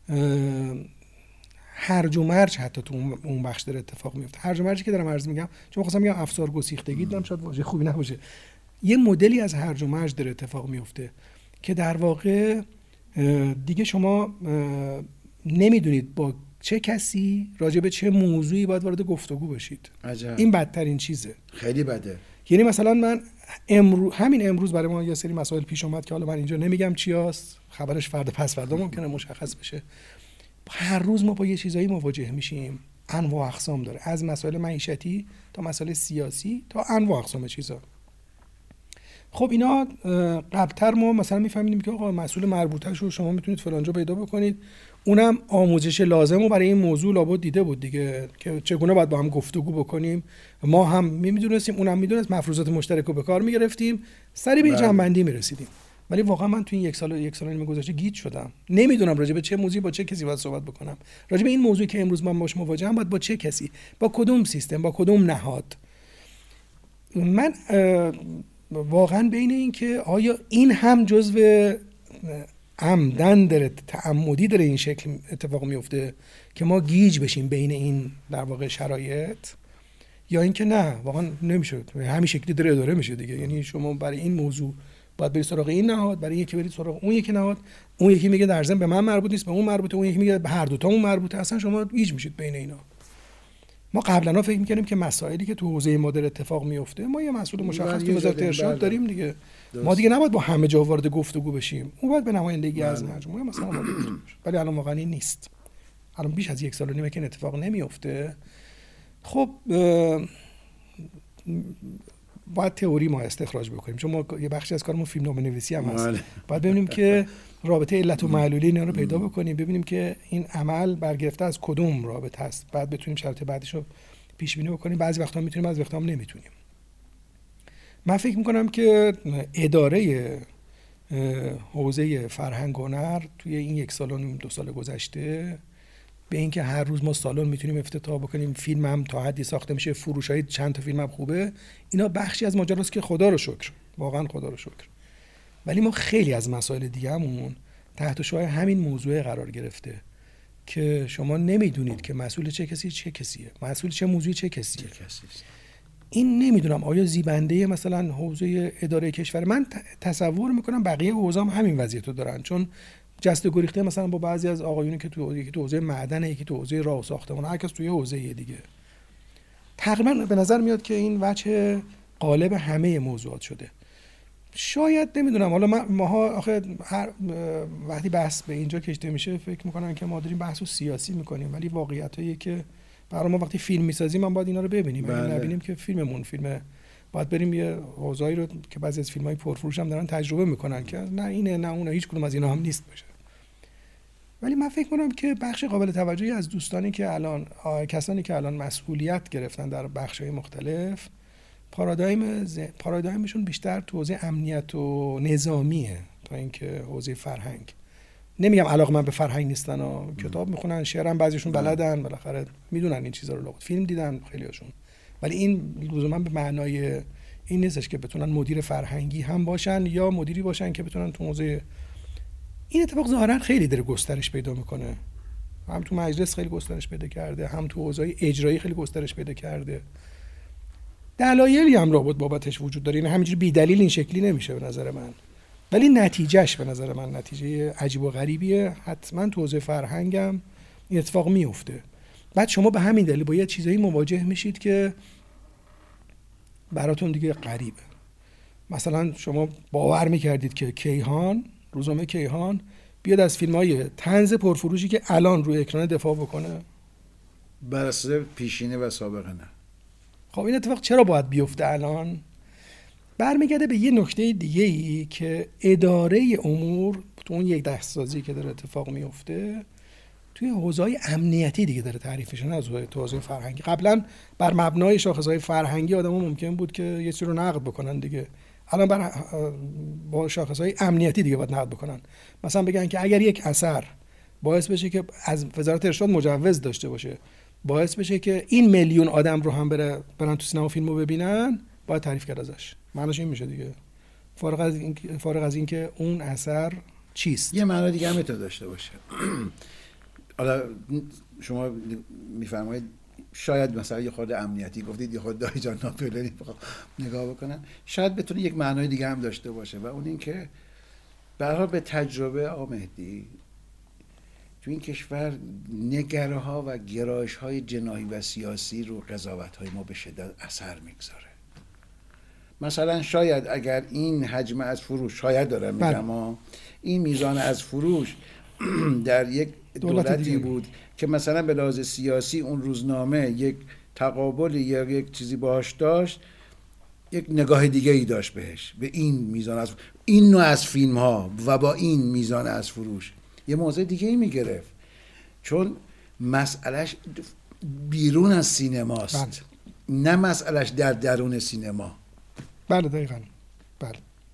هرج و مرج حتی تو اون بخش داره اتفاق میفته. هرج و مرجی که دارم عرض میگم چون خواستم میگم افسار گسیختگی دارم، شاید واژه خوبی نباشه، یه مدلی از هرج و مرج داره اتفاق میفته که در واقع دیگه شما نمیدونید با چه کسی راجع به چه موضوعی باید وارد گفتگو بشید. عجب. این بدترین چیزه، خیلی بده. یعنی مثلا من امروز همین امروز برای ما یه سری مسائل پیش اومد که حالا من اینجا نمیگم چی هست، خبرش فردا پس فردا ممکنه مشخص بشه. هر روز ما با یه چیزایی مواجه میشیم، انواع و اقسام داره، از مسائل معیشتی تا مسائل سیاسی تا انواع و اقسام چیزا. خب اینا قبلتر ما مثلا میفهمیدیم که آقا مسئول مربوطه شو شما میتونید فلانجا پیدا بکنید، اونم آموزش لازم رو برای این موضوع لابد دیده بود دیگه که چگونه باید با هم گفتگو بکنیم. ما هم میدونستیم، اونم میدونست، مفروضات مشترک رو به کار میگرفتیم، سری به جنبندی میرسیدیم. ولی واقعا من تو این یک سال یک سال و نیم گذشته گیج شدم، نمیدونم راجع به چه موضوعی با چه کسی باید صحبت بکنم، راجع به این موضوعی که امروز من باهاش مواجهم باید با چه کسی، با کدوم سیستم، با کدوم نهاد. من واقعا بین این که آیا این هم جزو عمدن داره، تعمدی داره این شکل اتفاق میفته که ما گیج بشیم بین این در واقع شرایط، یا اینکه نه واقعا نمیشه همین شکلی داره اداره میشه دیگه. یعنی شما برای این موضوع باید برید سراغ این نهاد، برای یکی برید سراغ اون یکی نهاد، اون یکی میگه در ضمن به من مربوط نیست، به اون مربوطه، اون یکی میگه به هر دو تا اون مربوطه. اصلا شما گیج میشید بین اینا. ما قبلا فکر می‌کردیم که مسائلی که تو حوزه ما در اتفاق میفته، ما یه مسئول مشخص تو وزارت ارشاد داریم دیگه، ما دیگه نباید با همه جا وارد گفتگو بشیم، اون باید به نمایندگی از مجموعه مثلا ما بشه. ولی الان واقعا این نیست. الان بیش از یک سال و نیمه که این اتفاق نمیفته. خب باید تئوری ما استخراج بکنیم، چون ما یه بخشی از کارمون فیلمنامه نویسی هم هست. باید ببینیم که رابطه علت و معلولی اینا رو پیدا بکنیم، ببینیم که این عمل برگرفته از کدوم رابطه است، بعد بتونیم شرایط بعدش رو پیش بینی بکنیم. بعضی وقتا میتونیم، بعضی وقتا هم نمیتونیم. من فکر میکنم که اداره حوزه فرهنگ و هنر توی این یک سال و نیم دو سال گذشته به اینکه هر روز ما سالن میتونیم افتتاح بکنیم، فیلم هم تا حدی ساخته میشه، فروشای چند تا فیلم هم خوبه، اینا بخشی از ماجراست که خدا رو شکر، واقعا خدا رو شکر. ولی ما خیلی از مسائل دیگه‌مون تحت شعاع همین موضوع قرار گرفته که شما نمیدونید که مسئول چه کسی چه کسیه، مسئول چه موضوعی چه کسیه. این نمیدونم آیا زیبنده مثلا حوزه اداره کشور، من تصور میکنم بقیه حوزه هم همین وضعیت رو دارن، چون جست و گریخته مثلا با بعضی از آقایونی که تو یکی تو حوزه معدن، یکی تو حوزه راه و ساختمان، هر کس توی حوزه دیگه. تقریبا به نظر میاد که این وجه غالب همه موضوعات شده. شاید نمیدونم، حالا ما ماها آخه هر وقتی بحث به اینجا کشیده میشه فکر میکنن که ما داریم بحثو سیاسی میکنیم، ولی واقعیتایی که برای ما وقتی فیلم میسازیم من باید اینا رو ببینیم. اگه بله. نبینیم که فیلممون فیلم، باید بریم یه حوزه‌ای رو که بعضی از فیلم‌های پرفروش هم دارن تجربه میکنن که نه اینه نه اونه، هیچ کدوم از اینا هم نیست باشه. ولی من فکر می‌کنم که بخش قابل توجهی از دوستانی که الان کسانی که الان مسئولیت گرفتن در بخش‌های مختلف، پارادایم ز... پارادایمشون بیشتر تو حوزه امنیت و نظامیه تا اینکه حوزه فرهنگ. نمیگم علاقه‌مند به فرهنگ نیستن و کتاب میخونن، شعرم بعضیشون بلدن، بالاخره میدونن این چیزا رو، لغت فیلم دیدن خیلیاشون، ولی این لزوما به معنای این نیستش که بتونن مدیر فرهنگی هم باشن یا مدیری باشن که بتونن تو حوزه. این اتفاق ظاهرا خیلی داره گسترش پیدا میکنه، هم تو مجلس خیلی گسترش پیدا کرده، هم تو حوزه اجرایی خیلی گسترش پیدا کرده. دلایلی هم رابط بابتش وجود داره، این همینجوری بی دلیل این شکلی نمیشه به نظر من، ولی نتیجهش به نظر من نتیجه عجیب و غریبیه. حتما تو حوزه فرهنگم این اتفاق میفته. بعد شما به همین دلیل با یه چیزایی مواجه میشید که براتون دیگه غریبه. مثلا شما باور میکردید که کیهان، روزنامه کیهان بیاد از فیلم‌های طنز پرفروشی که الان روی اکران دفاع بکنه؟ بر اساس پیشینه و سابقه نه. خب این اتفاق چرا باید بیفته الان؟ برمیگرده به یه نکته دیگه‌ای که اداره امور تو اون یک دستسازی که داره اتفاق میفته توی حوزه‌های امنیتی دیگه داره تعریفش، نه از حوزه فرهنگی. قبلا بر مبنای شاخص‌های فرهنگی آدم‌ها ممکن بود که یه چیزی رو نقد بکنن دیگه، الان بر با شاخص‌های امنیتی دیگه باید نقد بکنن. مثلا بگن که اگر یک اثر باعث بشه که از وزارت ارشاد مجوز داشته باشه، باعث بشه که این میلیون آدم رو هم بره برن تو سینما فیلمو ببینن، باید تعریف کرد ازش. معنیش این میشه دیگه، فارغ از این فارغ از اینکه اون اثر چیست. یه معنی دیگه هم میتونه داشته باشه. حالا شما میفرمایید شاید مثلا یه خورده امنیتی گفتید، یه خورده دایی جان ناپلئونی نگاه بکنن، شاید بتونه یک معنای دیگه هم داشته باشه و اون این که به هر حال به تجربه آقا مهدی تو این کشور نگره ها و گرایش های جناحی و سیاسی رو قضاوت های ما به شدت اثر میگذاره. مثلا شاید اگر این حجم از فروش، شاید دارم میگم این میزان از فروش در یک دولتی بود که مثلا به لحاظ سیاسی اون روزنامه یک تقابل یا یک چیزی باهاش داشت، یک نگاه دیگه ای داشت بهش، به این میزان از این نوع از فیلم ها و با این میزان از فروش یه موضوع دیگه ای میگرفت، چون مسئلهش بیرون از سینماست. بله. نه مسئلهش در درون سینما. بله دقیقاً. بله.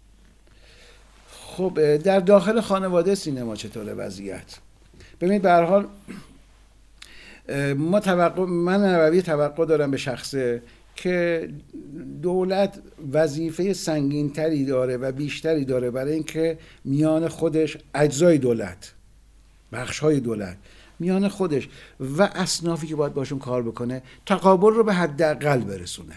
خب در داخل خانواده سینما چطوره وضعیت؟ ببینید به هر حال ما توقع من نووی توقع دارم به شخص که دولت وظیفه سنگین‌تری داره و بیشتری داره برای اینکه میان خودش اجزای دولت، بخش‌های دولت، میان خودش و اصنافی که باید باشون کار بکنه تقابل رو به حداقل برسونه.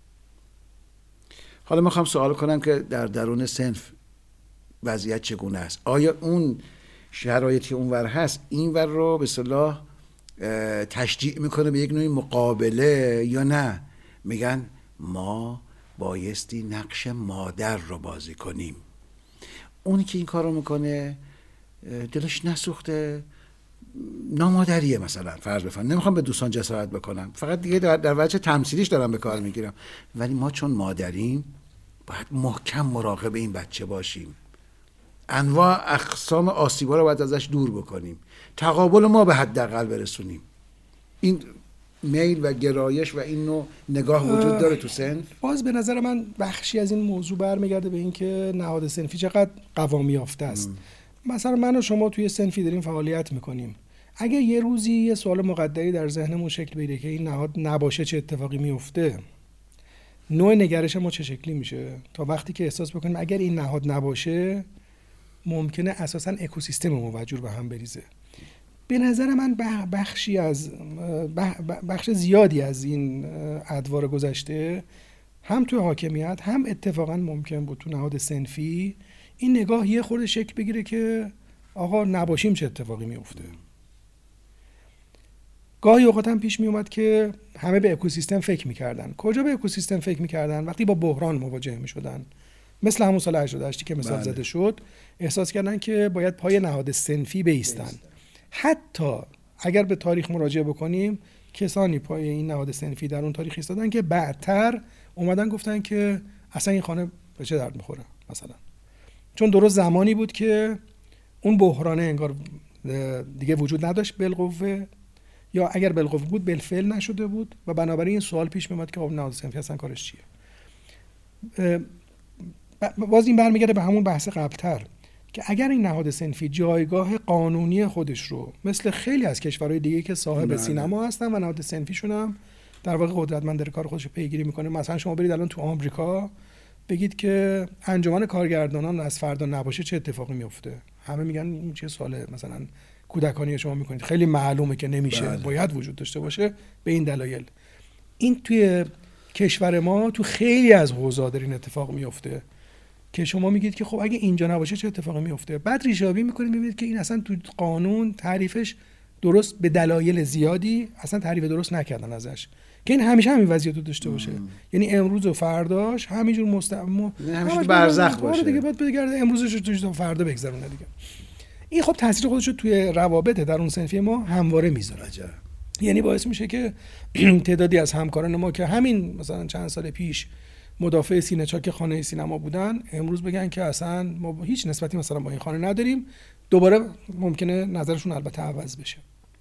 حالا میخوام سوال کنم که در درون صنف وضعیت چگونه است؟ آیا اون شرایطی اونور هست اینور رو به اصطلاح تشجیع میکنه به یک نوعی مقابله، یا نه میگن ما بایستی نقش مادر رو بازی کنیم؟ اونی که این کار رو میکنه دلش نسوخته، نامادریه مثلا، فرض بفرمایید. نمیخوام به دوستان جسارت بکنم، فقط دیگه در, در وجه تمثیلیش دارم به کار میگیرم، ولی ما چون مادریم باید محکم مراقب این بچه باشیم، انواع اقسام آسیبا رو باید ازش دور بکنیم، تقابل ما به حداقل برسونیم. این میل و گرایش و این نوع نگاه وجود داره تو صنف. باز به نظر من بخشی از این موضوع برمیگرده به این که نهاد صنفی چقدر قوام یافته است. ام. مثلا من و شما توی صنفی داریم فعالیت میکنیم، اگه یه روزی یه سوال مقدری در ذهنمون شکل بگیره که این نهاد نباشه چه اتفاقی میفته، نوع نگرش ما چه شکلی میشه؟ تا وقتی که احساس بکنیم اگر این نهاد نباشه ممکنه اساساً اکوسیستم ما وجور به هم بریزه. به نظر من بخشی از بخش زیادی از این ادوار گذشته هم تو حاکمیت هم اتفاقاً ممکن بود تو نهاد صنفی این نگاه یه خورده شکل بگیره که آقا نباشیم چه اتفاقی میفته. گاهی اوقات هم پیش می اومد که همه به اکوسیستم فکر میکردن. کجا به اکوسیستم فکر میکردن؟ وقتی با بحران مواجه میشدن، مثل همون سال هشتاد و هشت که مثال بله. زده شد، احساس کردن که باید پای نهاد صنفی بایستن. حتی اگر به تاریخ مراجعه بکنیم کسانی پای این نهاد صنفی در اون تاریخ ایستادن که بعدتر اومدن گفتن که اصلا این خانه به چه درد میخوره مثلا، چون درست زمانی بود که اون بحرانه انگار دیگه وجود نداشت بالقوه، یا اگر بالقوه بود بالفعل نشده بود و بنابراین این سوال پیش میاد که خب نهاد صنفی اصلا کارش چیه. باز این برمیگرده به همون بحث قبلتر که اگر این نهاد صنفی جایگاه قانونی خودش رو مثل خیلی از کشورهای دیگه که صاحب سینما هستن و نهاد صنفیشون هم در واقع قدرتمند داره کار خودش رو پیگیری میکنه، مثلا شما برید الان تو آمریکا بگید که انجمن کارگردانان از فردا نباشه چه اتفاقی میفته، همه میگن این چه سواله، مثلا کودکانی شما میکنید، خیلی معلومه که نمیشه، بله. باید وجود داشته باشه به این دلایل. این توی کشور ما تو خیلی از حوزه‌ها در این اتفاق میفته که شما میگید که خب اگه اینجا نباشه چه اتفاقی میفته، بعد ریشابی میکنید میبینید که این اصلا تو قانون تعریفش درست به دلایل زیادی اصلا تعریف درست نکردن ازش که این همیشه همین وضعیت رو داشته باشه. ام. یعنی امروز و فرداش همینجور مستعم همیشه برزخ باشه دیگه، بعد بگرده امروزش رو تا فردا بگذرونه دیگه. این خب تاثیر خودش رو توی روابط در اون صنفی ما همواره میذاره. یعنی باعث میشه که تعدادی از همکاران ما که همین مثلا چند سال پیش مدافع سینه چاک خانه سینما بودن امروز بگن که اصلا ما هیچ نسبتی مثلا با این خانه نداریم، دوباره ممکنه نظرشون البته عوض بشه.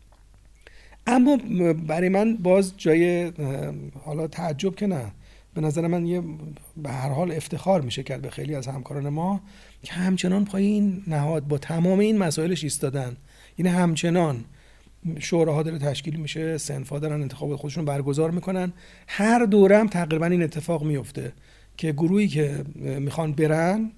اما برای من باز جای حالا تعجب که نه، به نظر من یه به هر حال افتخار میشه کرد به خیلی از همکاران ما که همچنان پای این نهاد با تمام این مسائلش ایستادن. یعنی همچنان شوراها داره تشکیل میشه، صنف‌ها دارن انتخابات خودشون برگزار میکنن، هر دوره هم تقریبا این اتفاق میفته که گروهی که میخوان برن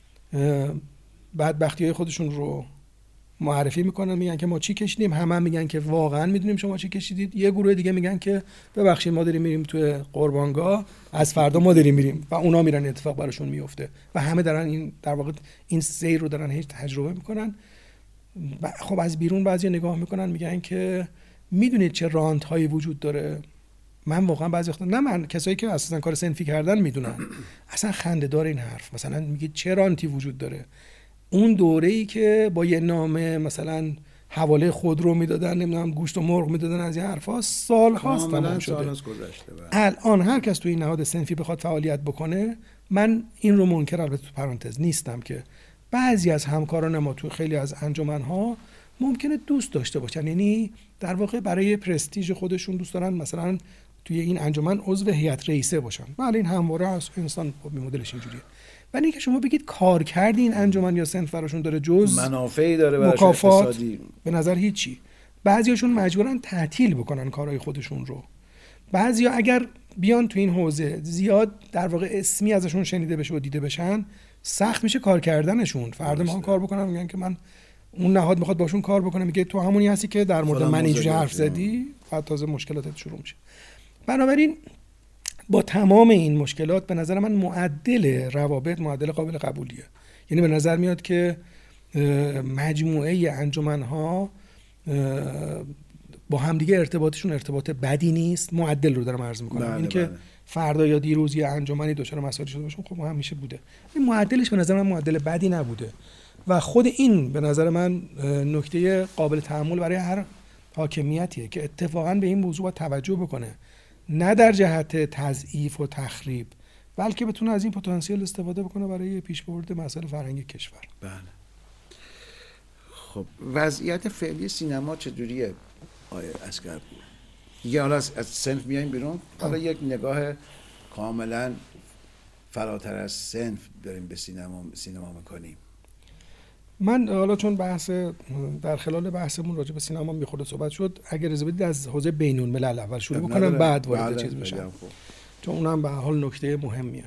بدبختی‌های خودشون رو معرفی میکنن، میگن که ما چی کشیدیم، همه هم میگن که واقعا میدونیم شما چی کشیدید. یه گروه دیگه میگن که ببخشید ما داریم میریم توی قربانگاه، از فردا ما داریم میریم، و اونا میرن اتفاق براشون میفته و همه دارن این در واقع این سیر رو دارن هیچ تجربه میکنن. خب از بیرون بعضی نگاه میکنن میگن که میدونید چه رانت هایی وجود داره. من واقعا بعضی وقتا نه من کسایی که اصلا کار صنفی کردن میدونن، اصلا خنده دار این حرف. مثلا میگه چه رانتی وجود داره. اون دوره‌ای که با یه نامه مثلا حواله خودرو میدادن، نمیدونم گوشت و مرغ میدادن، از این حرفا سال هاست تمام شده. الان هر کس تو این نهاد صنفی بخواد فعالیت بکنه، من این رو منکر البته تو پرانتز نیستم که بعضی از همکاران ما تو خیلی از انجمن‌ها ممکنه دوست داشته باشن، یعنی در واقع برای پرستیژ خودشون دوست دارن مثلا توی این انجمن عضو هیئت رئیسه باشن. بله این همواره است، انسان به مدلش اینجوریه. ولی اینکه شما بگید کار کردی این انجمن یا صنف براشون داره جز منافعی داره براش مکافات اقتصادی، به نظر هیچی. بعضیاشون مجبورن تعطیل بکنن کارهای خودشون رو. بعضیا اگر بیان تو این حوزه زیاد در واقع اسمی ازشون شنیده بشه و دیده بشن، سخت میشه کار کردنشون. فردا میخوان کار بکنن میگن که من اون نهاد میخواد باشون کار بکنه، میگه تو همونی هستی که در مورد من اینجوری حرف زدی، بعد تازه مشکلاتت شروع میشه. بنابراین با تمام این مشکلات به نظر من معدل روابط معدل قابل قبولیه. یعنی به نظر میاد که مجموعه انجمن‌ها با همدیگه ارتباطشون ارتباط بدی نیست، معدل رو دارم عرض میکنم. این که فردا یا دیروز یه انجمنی دچار مسائل شده باشون، خب همیشه بوده. این معدلش به نظر من معدل بدی نبوده و خود این به نظر من نکته قابل تأمل برای هر حاکمیتیه که اتفاقا به این موضوع باید توجه بکنه، نه در جهت تضعیف و تخریب، بلکه بتونه از این پتانسیل استفاده بکنه برای پیشبرد مسائل فرهنگی کشور. بله. خب وضعیت فعلی سینما چجوریه آیه اصغر؟ دیگه حالا از صنف میایم بیرون، حالا یک نگاه کاملا فراتر از صنف داریم به سینما سینما میکنیم. من حالا چون بحث در خلال بحثمون راجع به سینما میخورد صحبت شد، اگر اجازه بدید از حوزه بین‌الملل اول شروع بکنم بعد وارد چیز بشم، چون اونم به هر حال نکته مهمیه.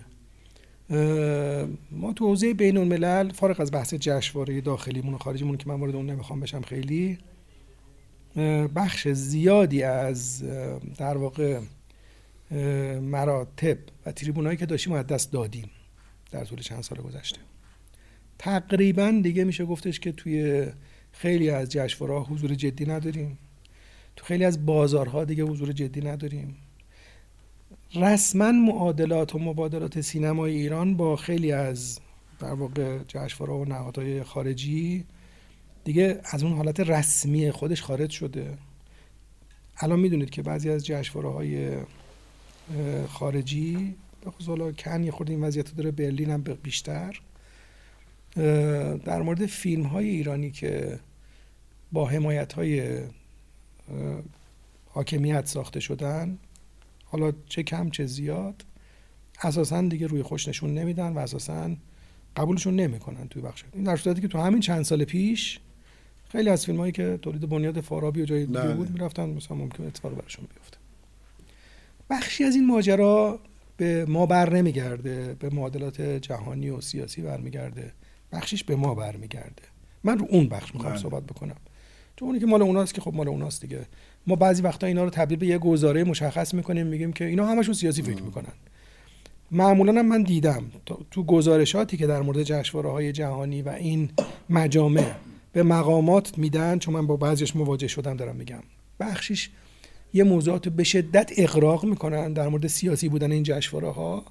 ما تو حوزه بین‌الملل فارغ از بحث جشنواره داخلیمون و خارجیمون که من وارد اون نمیخوام بشم خیلی، بخش زیادی از در واقع مراتب و تریبونایی که داشتیم از دست دادیم در طول چند سال گذشته. تقریبا دیگه میشه گفتش که توی خیلی از جشنواره‌ها حضور جدی نداریم، تو خیلی از بازارها دیگه حضور جدی نداریم. رسما معادلات و مبادلات سینمای ایران با خیلی از در واقع جشنواره‌ها و نهادهای خارجی دیگه از اون حالت رسمی خودش خارج شده. الان میدونید که بعضی از جشنواره‌های خارجی به خصوص حالا کن یه خورده این وضعیت داره، برلین هم بیشتر، در مورد فیلم‌های ایرانی که با حمایت‌های حاکمیت ساخته شدن، حالا چه کم چه زیاد، اساساً دیگه روی خوش نشون نمیدن و اساساً قبولشون نمیکنن توی بخش. این در صورتی که تو همین چند سال پیش خیلی از فیلم‌هایی که تولید بنیاد فارابی و جای دیگه بود میرفتن، مثلا ممکن اتفاق براشون بیفته. بخشی از این ماجرا به ما بر نمیگرده، به معادلات جهانی و سیاسی برمیگرده، بخشش به ما برمیگرده. من رو اون بخش میخوام صحبت بکنم، چون اونی که مال اوناست که خب مال اوناست دیگه. ما بعضی وقتا اینا رو تبدیل به یه گزاره مشخص میکنیم، میگیم که اینا همشون سیاسی فکر میکنن. معمولا هم من دیدم تو گزارشاتی که در مورد جشنواره‌های جهانی و این مجامع به مقامات میدن، چون من با بعضیش مواجه شدم دارم میگم، بخشش یه موضوعات به شدت اغراق میکنن در مورد سیاسی بودن این جشنواره‌ها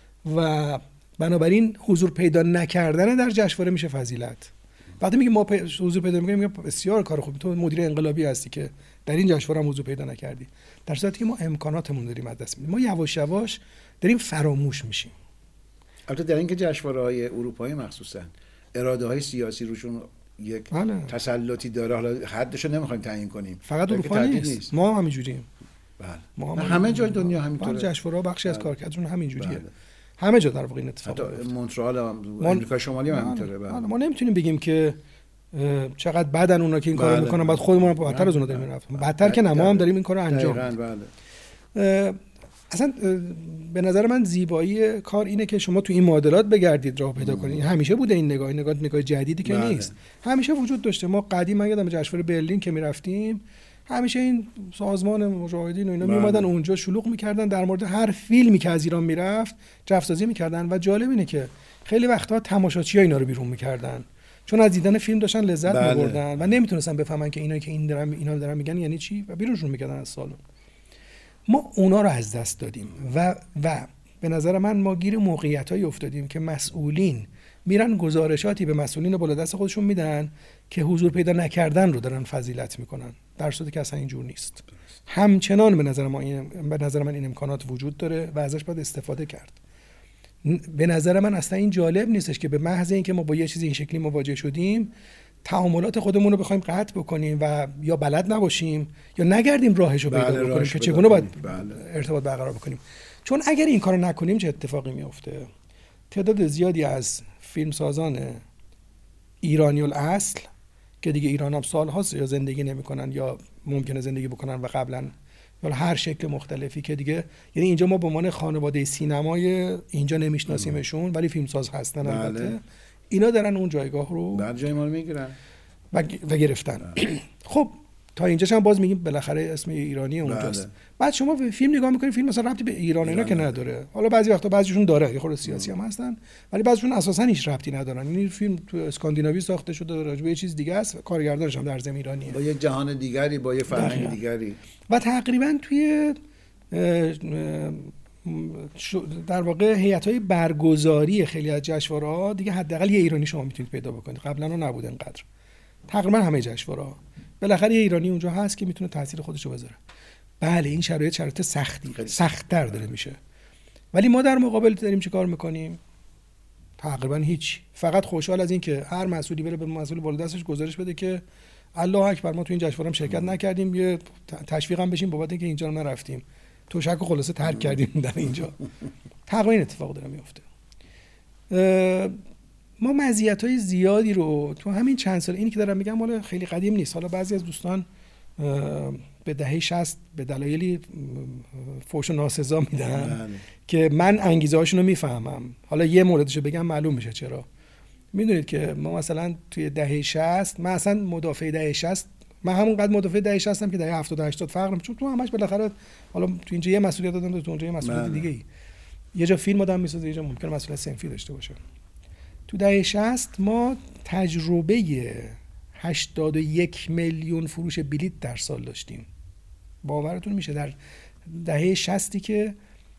و بنابراین حضور پیدا نکردن در جشنواره میشه فضیلت. وقتی میگه ما حضور پیدا میکنیم، میگم بسیار کار خوبی، تو مدیر انقلابی هستی که در این جشنواره هم حضور پیدا نکردی، در صورتی که ما امکاناتمون داریم از دست میدیم. ما یواش یواش داریم فراموش میشیم. البته در اینکه جشنواره‌های اروپایی مخصوصا اراده‌های سیاسی روشون یک بله. تسلطی داره، حالا حدش رو نمیخوایم تعیین کنیم. فقط اروپا نیست. نیست، ما هم همینجوریم. بله. ما هم همه جای دنیا همینطوره. جشنواره‌ها بخشی بله. از کارکردشون همینجوریه. بله. همه جا در واقع این اتفاق میفته. مونترال آمریکا شمالی هم همینطوره. بله. ما نمیتونیم بگیم که چقدر بدن اونا که این کارو بله. میکنن، بعد خودمون رو بدتر از اونا داریم میرفتیم. بدتر که نه، ما هم داریم این کارو انجام میدیم. بله. اصلا به نظر من زیبایی کار اینه که شما تو این معادلات بگردید راه پیدا کنید. همیشه بوده این نگاه، نگاه نگاه جدیدی که بله. نیست، همیشه وجود داشته. ما قدیم من یادم جشنواره برلین که میرفتیم، همیشه این سازمان مجاهدین و اینا بله. میومدن اونجا شلوغ میکردن، در مورد هر فیلمی که از ایران میرفت جفسازی میکردن و جالب اینه که خیلی وقتها تماشاچی‌ها اینا رو بیرون میکردن، چون از دیدن فیلم داشتن لذت بله. می‌بردن و نمیتونستن بفهمن که اینا که این دارن اینا دارن میگن یعنی چی و بیرونشون میکردن از سالن. ما اونا رو از دست دادیم و و به نظر من ما گیر موقعیتایی افتادیم که مسئولین میرن گزارشاتی به مسئولین بالا دست خودشون میدن که حضور پیدا نکردن رو دارن فضیلت میکنن، در صورتی که اصلا اینجور نیست. همچنان به نظر ما این به نظر من این امکانات وجود داره و ازش باید استفاده کرد. به نظر من اصلا این جالب نیستش که به محض اینکه ما با یه چیز این شکلی مواجه شدیم تعاملات خودمون رو بخوایم قطع بکنیم و یا بلد نباشیم یا نگردیم راهش رو پیدا بله بکنیم که چگونه باید بله. ارتباط برقرار بکنیم. چون اگر این کارو نکنیم چه اتفاقی میفته؟ تعداد زیادی از فیلمسازان ایرانی الاصل که دیگه ایران هم سال‌هاست یا زندگی نمی‌کنن یا ممکنه زندگی بکنن و قبلا حالا هر شکل مختلفی که دیگه، یعنی اینجا ما به عنوان خانواده سینمای اینجا نمیشناسیمشون ولی فیلمساز هستن البته. بله. اینا دارن اون جایگاه رو بعد جای ما رو میگیرن و, و گرفتن. خب تا اینجاش هم باز میگیم بالاخره اسم ایرانی اونجاست. بله. بعد شما فیلم نگاه میکنید، فیلم مثلا ربطی به ایران اینا که نداره. حالا بعضی وقتا بعضیشون داره، یه خورده سیاسی هم هستن، ولی بعضیشون اساسا هیچ ربطی ندارن. این فیلم تو اسکاندیناوی ساخته شده، راجع به یه چیز دیگه است، کارگردانش هم در ضمن ایرانیه، با یه جهان دیگری، با یه فرهنگ دیگری. و تقریبا توی در واقع هیئت‌های برگزاری خیلی از جشنواره‌ها دیگه حداقل یه ایرانی شما میتونید پیدا بکنید. قبلا نبود اینقدر. تقریبا همه جشنواره‌ها بالاخره یه ایرانی اونجا هست که میتونه تاثیر خودش رو بذاره. بله این شرایط شرایط سختی، سخت‌تر داره میشه. ولی ما در مقابل داریم چه کار میکنیم؟ تقریبا هیچ. فقط خوشحال از این که هر مسئولی بره به مسئول بالا دستش گزارش بده که الله اکبر ما تو این جشنواره هم شرکت نکردیم، یه تشویق هم بشیم بابت اینکه اینجا نرفتیم. توشک و خلاصه ترک کردیم در اینجا. تقریبا این اتفاق داره میفته. ما مزیت‌های زیادی رو تو همین چند سال، اینی که دارم میگم مال خیلی قدیم نیست، حالا بعضی از دوستان به دهه شصت به دلایلی فوش و ناسزا میدن که من انگیزه هاشون رو میفهمم. حالا یه موردش رو بگم معلوم میشه چرا. میدونید که ما مثلا توی دهه شصت، من اصلا مدافع دهه شصت، من همونقدر مدافع دهه شصت هم که دهه هفتاد و هشتاد فرق نمی‌کنه، چون تو همش بالاخره حالا تو اینجا یه مسئولیت دادن، تو اونجا یه مسئولیت دیگه ای. یه جا فیلم آدم میسازه، یه جا ممکنه مسئولیت صنفی داشته باشه. تو دهه شصت ما تجربه هشتاد و یک میلیون فروش بلیت در سال داشتیم. باورتون میشه در دهه شصتی که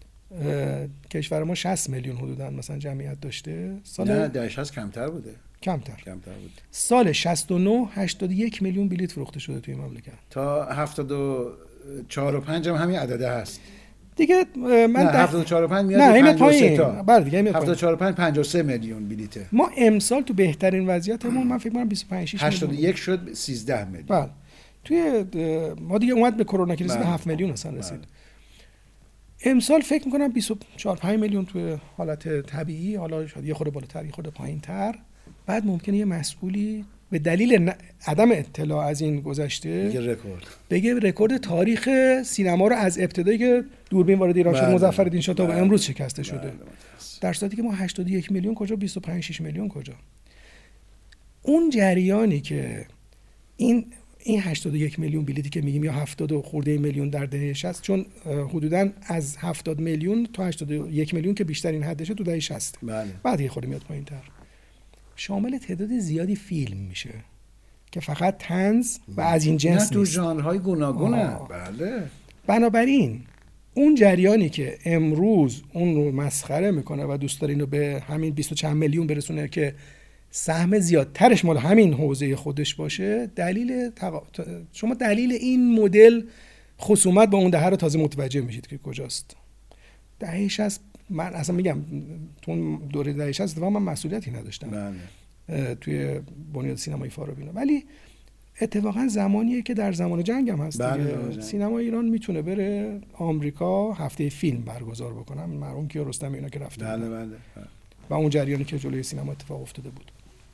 کشور ما شصت میلیون حدوداً مثلا جمعیت داشته، سال نه دهه شصت کمتر بوده. کمتر. کمتر بود. سال شصت و نه هشتاد و یک میلیون بلیت فروخته شده توی مملکت. تا هفتاد و چهار و پنج هم همین عدده هست. دیگه من نه ده... هفتاد و چهار و پنج میاد نه پنجاه و سه تا. بله دیگه میاد هفتاد و چهار و پنج پنجاه و سه میلیون بلیته. ما امسال تو بهترین وضعیتمون من فکر کنم بیست و پنج شش میلیون. هشتاد و یک شد سیزده میلیون. بله. توی ما دیگه اومد به کرونا کریز به هفت میلیون اصلا رسید. بله. امسال فکر میکنم بیست و چهار پنج میلیون توی حالت طبیعی، حالا شاید یه خورده بالاتر یه خورده پایینتر. بعد ممکنه یه مسئولی به دلیل عدم اطلاع از این گذشته بگه رکورد بگه رکورد تاریخ سینما رو از ابتدایی که دوربین وارد ایران شد، مظفرالدین شاه تا امروز شکسته شده. بله. در صورتی که ما هشتاد و یک میلیون کجا، بیست و پنج شش میلیون کجا. اون جریانی که این این هشتاد و یک میلیون بلیتی که میگیم یا هفتاد و خورده میلیون در دهه شصت، چون حدوداً از هفتاد میلیون تا هشتاد و یک میلیون که بیشترین حدشه تو دهه شصت. بله. بعد یه خورده میاد پایین‌تر. شامل تعداد زیادی فیلم میشه که فقط طنز و از این جنس نیست. نه تو ژانرهای گوناگونه. بله. بنابراین اون جریانی که امروز اون رو مسخره میکنه و دوست داره اینو به همین بیست و چند میلیون برسونه که سهم زیادترش مال همین حوزه خودش باشه، دلیل تقا... شما دلیل این مدل خصومت با اون دهه رو تازه متوجه میشید که کجاست. دهه شصت من اصلا میگم تو دوره دهه شصت من مسئولیتی نداشتم. بله. توی بنیاد سینمای فارابینا، ولی اتفاقا زمانیه که در زمان جنگ هم هست. بله. سینما ایران میتونه بره آمریکا هفته فیلم برگزار بکنه، مرحوم کیارستمی اینا که رفته. بله بله. و اون جریانی که جلوی سینما اتفاق افتاده بود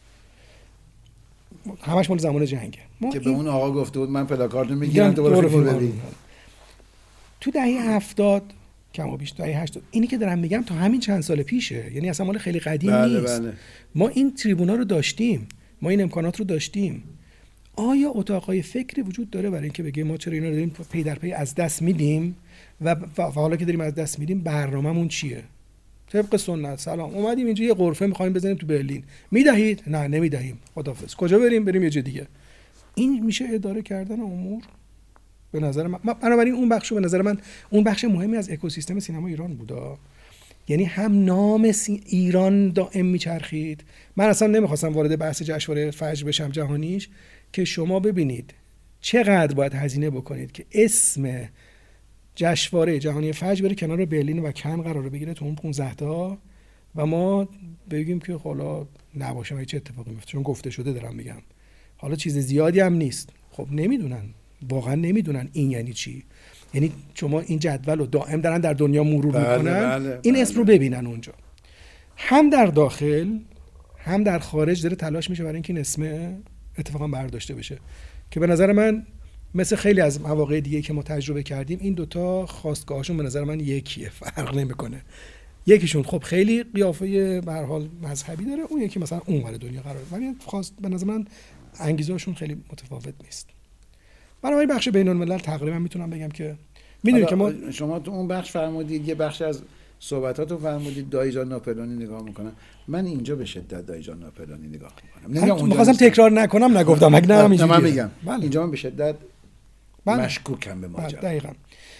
همش مال زمان جنگه. که به اون آقا گفته بود من پلاکارد میگیرم دوباره فیلم ببین. تو دهه هفتاد کم و بیش دهه هشتاد اینی که دارم میگم تا همین چند سال پیشه، یعنی اصلا مال خیلی قدیم بله نیست. بله. ما این تریبونا رو داشتیم، ما این امکانات رو داشتیم. آیا اتاقای فکری وجود داره برای اینکه بگیم ما چرا اینا رو داریم پی در پی از دست میدیم و, و حالا که داریم از دست میدیم برنامه‌مون چیه؟ طبق سنت سلام اومدیم اینجا یه غرفه می‌خوایم بزنیم تو برلین، میدهید؟ نه نمیدهیم، خداحافظ. کجا بریم؟ بریم یه جای دیگه. این میشه اداره کردن امور به نظر من. بنابراین اون بخشو به نظر من اون بخش مهمی از اکوسیستم سینما ایران بودا. یعنی هم نام ایران دائم میچرخید. من اصلا نمیخواستم وارد بحث جشنواره فجر بشم جهانیش، که شما ببینید چقدر باید هزینه بکنید که اسم جشنواره جهانی فجر بره کنار برلین و کن قراره بگیره تو اون پانزده تا و ما بگیم که حالا نباشه چه اتفاقی میفته، چون گفته شده دارم میگم. حالا چیز زیادی هم نیست. خب نمیدونن، واقعا نمیدونن این یعنی چی. یعنی شما این جدول رو دائم دارن در دنیا مرور بله میکنن بله این بله. اسم رو ببینن اونجا. هم در داخل هم در خارج داره تلاش میشه برای اینکه این اسم اتفاقا برداشته بشه، که به نظر من مثل خیلی از مواقع دیگه که ما تجربه کردیم این دوتا خواستگاهاشون به نظر من یکیه، فرق نمیکنه. یکیشون خب خیلی قیافه به هر حال مذهبی داره، اون یکی مثلا اونور دنیا قراره، ولی خواست به نظر من انگیزه‌شون خیلی متفاوت نیست. بنابراین بخش بین الملل تقریبا میتونم بگم که میدونید که ما شما تو اون بخش فرمودید یه بخش از صحبتاتو فرمودید دایی جان ناپلئونی نگاه میکنم، من اینجا به شدت دایی جان ناپلئونی نگاه میکنم. نمیگم می‌خواستم تکرار نکنم نگفتم، مگه نه همینجوریه. من میگم بله. اینجا من به شدت بله. مشکوکم به ماجرا. دقیقاً.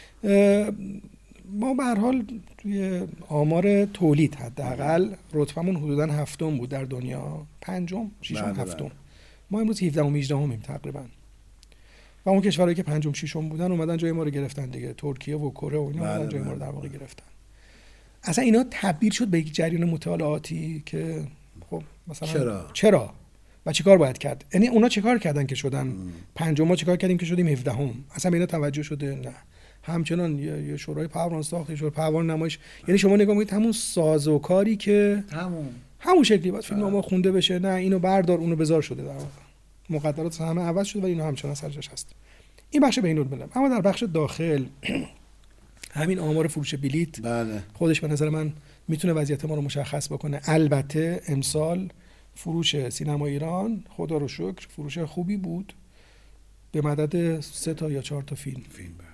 ما به هر حال توی آمار تولید حداقل رتبمون حدوداً هفتم بود در دنیا، پنجم، ششم، هفتم. ما امروز هفدهم هجدهمیم تقریباً. و اون کشورهایی که پنجم ششم بودن اومدن جای ما رو گرفتن دیگه، ترکیه و کره و اینا اومدن جای ما رو در واقع گرفتن. اصلا اینا تبدیل شد به یک جریان مطالعاتی که خب مثلا چرا چرا و چیکار باید کرد؟ یعنی اونا چیکار کردن که شدن پنجم، ما چیکار کردیم که شدیم هفدهم؟ اصلا به اینا توجه شده؟ نه. همچنان یه شورای پروان ساخته، شورای پروان نمایش. یعنی شما نگاه می‌کنید همون سازوکاری که همون همون شکلی باید فیلم ما خونده بشه، نه اینو بردار اونو بذار شده، در واقع مقدرات همه عوض شده ولی اینو همچنان سر جاش هست. این بخش بین الملل. اما در بخش داخل همین آمار فروش بلیت بله. خودش به نظر من میتونه وضعیت ما رو مشخص بکنه. البته امسال فروش سینما ایران خدا رو شکر فروش خوبی بود به مدد سه تا یا چهار تا فیلم. فیلم بله.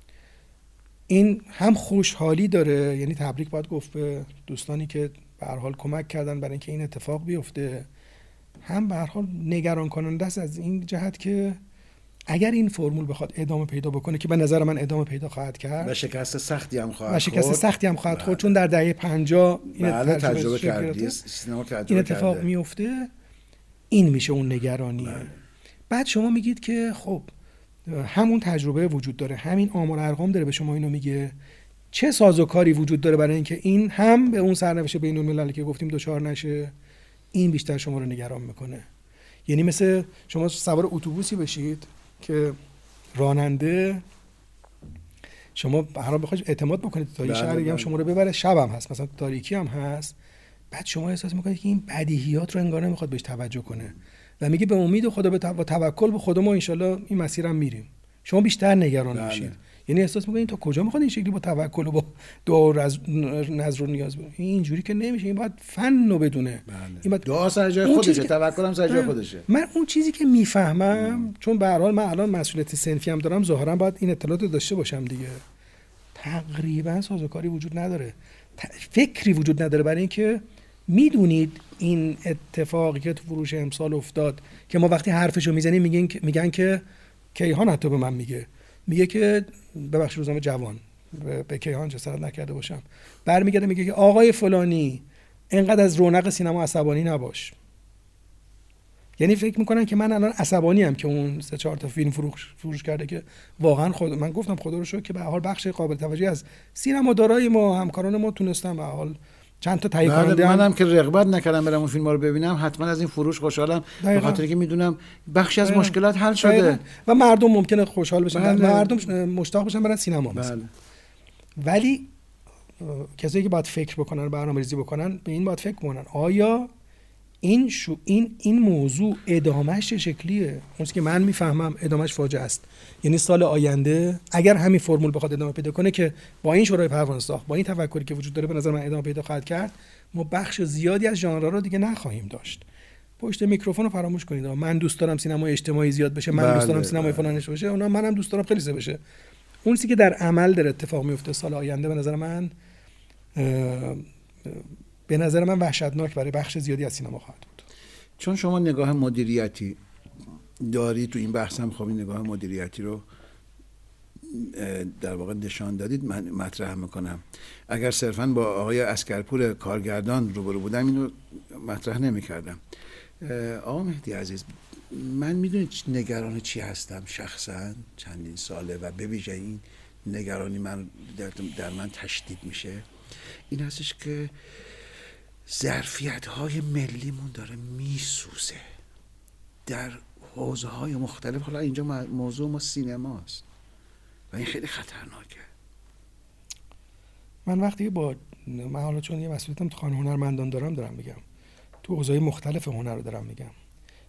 این هم خوشحالی داره، یعنی تبریک باید گفت به دوستانی که به هر حال کمک کردن برای اینکه این اتفاق بیفته، هم به هر حال نگران کننده است از این جهت که اگر این فرمول بخواد ادامه پیدا بکنه که به نظر من ادامه پیدا خواهد کرد و شکست سختی هم خواهد و شکست سختی هم خواهد خورد، چون در دهه پنجاه این بله تجربه کردید، سینما تجربه این اتفاق میفته، این میشه اون نگرانیه. بله. بعد شما میگید که خب همون تجربه وجود داره، همین آمار ارقام داره به شما اینو میگه، چه سازوکاری وجود داره برای اینکه این هم به اون سرنوشت بین المللی که گفتیم دوچار نشه؟ این بیشتر شما رو نگران میکنه. یعنی مثل شما سوار اتوبوسی بشید که راننده شما به هر حال بخواید اعتماد بکنید تا این شهر دیگه هم شما رو ببره، شب هم هست مثلا تاریکی هم هست، بعد شما احساس میکنید که این بدیهیات رو انگار نمیخواد بهش توجه کنه و میگه به امید و خدا به توکل به خدا ما ان شاءالله این مسیرم میریم. شما بیشتر نگران میشید. یعنی احساس میکنید تا کجا میخواد این شکلی با توکل و با دعا و نظر و نیاز بره؟ اینجوری که نمیشه، این باید فن رو بدونه. بله. این باید دعا سر جای خودشه، توکل هم سر جای خودشه. من اون چیزی که میفهمم، چون به هر حال من الان مسئولیت صنفی هم دارم، ظاهرا باید این اطلاعات رو داشته باشم دیگه. تقریبا سازوکاری وجود نداره، فکری وجود نداره برای اینکه میدونید این اتفاقی که تو فروش امسال افتاد که ما وقتی حرفشو میزنیم میگن میگن که کیهان حتی به من میگه میگه که ببخشید روزنامه جوان به کیهان جسارت نکرده باشم، برمیگرده میگه که آقای فلانی اینقدر از رونق سینما عصبانی نباش. یعنی فکر میکنن که من الان عصبانی ام که اون سه چهار تا فیلم فروش فروش کرده که واقعا خود من گفتم خدا رو شکر که به هر حال بخش قابل توجهی از سینما دارای ما همکاران ما تونستن به هر حال چند تا تایید کننده. منم که رغبت نکردم برم اون فیلم‌ها رو ببینم، حتما از این فروش خوشحالم به خاطر اینکه میدونم بخشی از مشکلات حل شده دقیقا. و مردم ممکنه خوشحال بشن، مردم مشتاق بشن برن سینما مثلا. ولی کسایی که باید فکر بکنن، برنامه‌ریزی بکنن، به این باید فکر کنن آیا این شو این این موضوع ادامهش چه شکلیه؟ اون که من میفهمم ادامهش فاجعه است. یعنی سال آینده اگر همین فرمول بخواد ادامه پیدا کنه که با این شورای پروانه ساخت، با این تفکری که وجود داره، به نظر من ادامه پیدا خواهد کرد، ما بخش زیادی از ژانرها رو دیگه نخواهیم داشت. پشت میکروفون رو فراموش کنید. من دوست دارم سینمای اجتماعی زیاد بشه، من دوست دارم سینمای فلانش بشه، اونا منم دوست دارم خیلی زیاد بشه. اون چیزی که در عمل داره اتفاق میفته سال آینده به نظر من به نظر من وحشتناک برای بخش زیادی از سینما خواهد بود. چون شما نگاه مدیریتی داری تو این بحث هم، خب این نگاه مدیریتی رو در واقع نشان دادید، من مطرح میکنم. اگر صرفاً با آقای اسکرپور کارگردان روبرو بودم اینو مطرح نمیکردم. آقا مهدی عزیز، من میدونید نگران چی هستم شخصاً چندین ساله و به ویژه این نگرانی من در, در من تشدید میشه، این هستش که ظرفیت‌های ملیمون داره میسوزه در حوزه‌های مختلف. حالا اینجا موضوع ما سینماست و این خیلی خطرناکه. من وقتی با من حالا چون یه مسئولیتم تو خانه هنرمندان دارم دارم میگم، تو حوزه‌های مختلف هنر رو دارم میگم،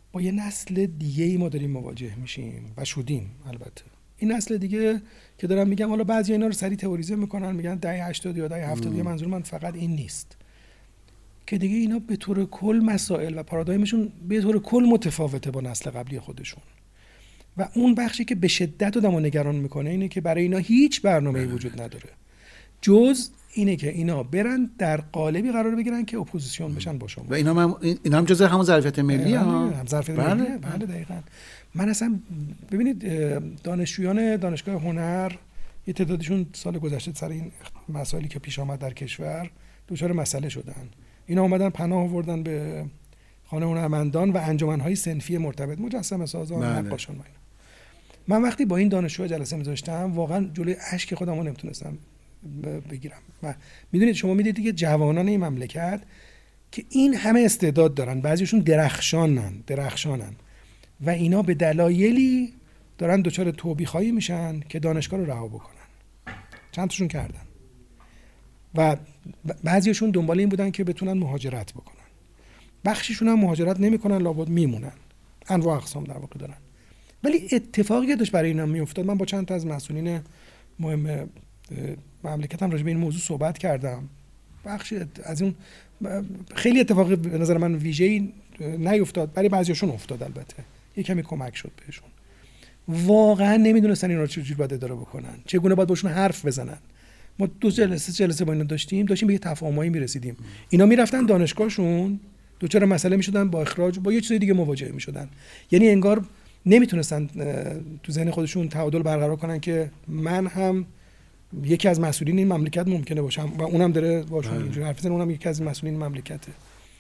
با یه نسل دیگه ای ما داریم مواجه میشیم و شدیم. البته این نسل دیگه که دارم میگم، حالا بعضی اینا رو سریع تئوریزه میکنن، میگن دهه هشتاد یا دهه هفتاد، منظور من فقط این نیست که دیگه اینا به طور کل مسائل و پارادایمشون به طور کل متفاوته با نسل قبلی خودشون. و اون بخشی که به شدت آدمو نگران میکنه اینه که برای اینا هیچ برنامه‌ای وجود نداره جز اینه که اینا برن در قالبی قرار بگیرن که اپوزیسیون بشن با شما. و اینا هم اینا هم جزء همون ظرفیت ملی ها. هم ظرفیت ملی. بله دقیقاً. من اصلا ببینید دانشجویان دانشگاه هنر یه تعدادشون سال گذشته سر این مسائلی که پیش آمد در کشور دچار مسئله شدن. اینا اومدن پناه آوردن به خانه هنرمندان و انجمن‌های صنفی مرتبط، مجسمه سازان، نقاشان و اینا. من وقتی با این دانشجوها جلسه می‌ذاشتم واقعا جلوی اشک خودم رو نمیتونستم بگیرم. و میدونید شما میدید که جوانان این مملکت که این همه استعداد دارن، بعضیشون درخشانن درخشانن و اینا به دلایلی دارن دچار توبیخایی میشن که دانشگاه رو رها بکنن. چند تاشون کردن و بعضیشون دنبال این بودن که بتونن مهاجرت بکنن. بخشیشون هم مهاجرت نمیکنن، لابد میمونن. انواع اقسام در واقع دارن. ولی اتفاقی داشت برای اینا میافتاد. من با چند تا از مسئولین مهم مملکتم راجع به این موضوع صحبت کردم. بخش از اون خیلی اتفاقی به نظر من ویژه‌ای نیفتاد، برای بعضیاشون افتاد. البته یه کمی کمک شد بهشون. واقعا نمیدونستن اینا رو چجوری باید اداره بکنن، چگونه باید باشون حرف بزنن. ما دو جلسه جلسه با اینا داشتیم داشتیم به یه تفاهمایی میرسیدیم. اینا میرفتن دانشگاهشون دوچار مسئله میشدن، با اخراج با یه چیز دیگه مواجه میشدن. یعنی انگار نمیتونستن تو ذهن خودشون تعادل برقرار کنن که من هم یکی از مسئولین این مملکت ممکنه باشم و اونم داره باشون اینجوری حرف میزنه، اونم یکی از مسئولین مملکته.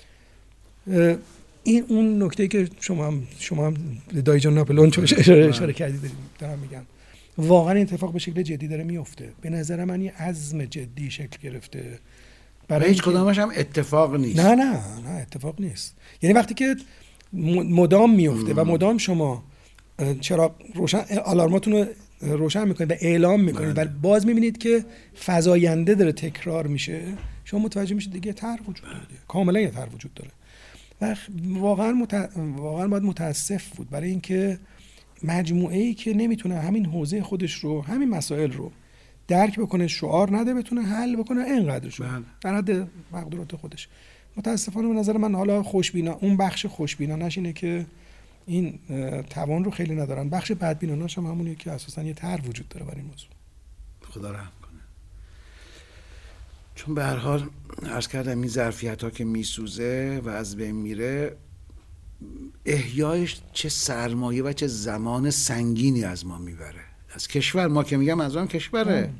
این اون نکته‌ای که شما هم شما هم دایی جان ناپلئون چون اشاره اشاره کردید دارم میگم، واقعا این اتفاق به شکل جدی داره میفته. به نظر من یه عزم جدی شکل گرفته. برای هیچ کدامش هم اتفاق نیست. نه نه نه اتفاق نیست. یعنی وقتی که مدام میفته و مدام شما چرا روشن آلارماتون رو روشن میکنید و اعلام میکنید و باز میبینید که فزاینده داره تکرار میشه، شما متوجه میشید دیگه طرح وجود داره، کاملا یه طرح وجود داره. و واقعا مت... واقعا باید متاسف بود برای اینکه مجموعه ای که نمیتونه همین حوزه خودش رو، همین مسائل رو درک بکنه، شعار نده، بتونه حل بکنه اینقدرشو در حد مقدورات خودش. متاسفانه به نظر من حالا خوشبینا اون بخش خوشبینانش اینه که این توان رو خیلی ندارن. بخش بدبیناناش هم همونیه که اساسا یه طرح وجود داره برای این موضوع. خدا رحم کنه. چون به هر حال عرض کردم این ظرفیت‌ها که میسوزه و از بین میره، احیایش چه سرمایه و چه زمان سنگینی از ما میبره، از کشور. ما که میگم از آن کشوره. هم.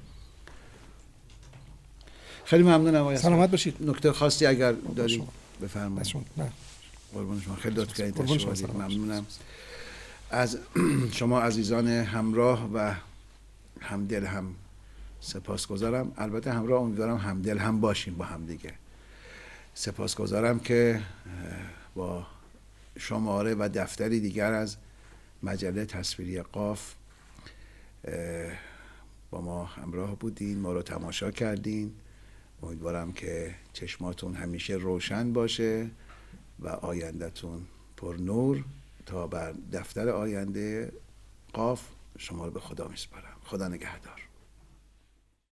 خیلی ممنونم آقای سلامت باشید. نکته خاصی اگر دارید بفرمایید. نه قربان شما، خیلی لطف کردید، تشریف آوردید. ممنونم از شما عزیزان همراه و همدل هم سپاسگزارم. البته همراه امیدوارم همدل هم باشیم با هم دیگه. سپاسگزارم که با شماره و دفتری دیگر از مجله تصویری قاف با ما همراه بودین، ما رو تماشا کردین. امیدوارم که چشماتون همیشه روشن باشه و آیندهتون پر نور. تا بر دفتر آینده قاف شما رو به خدا میسپارم. خدا نگهدار.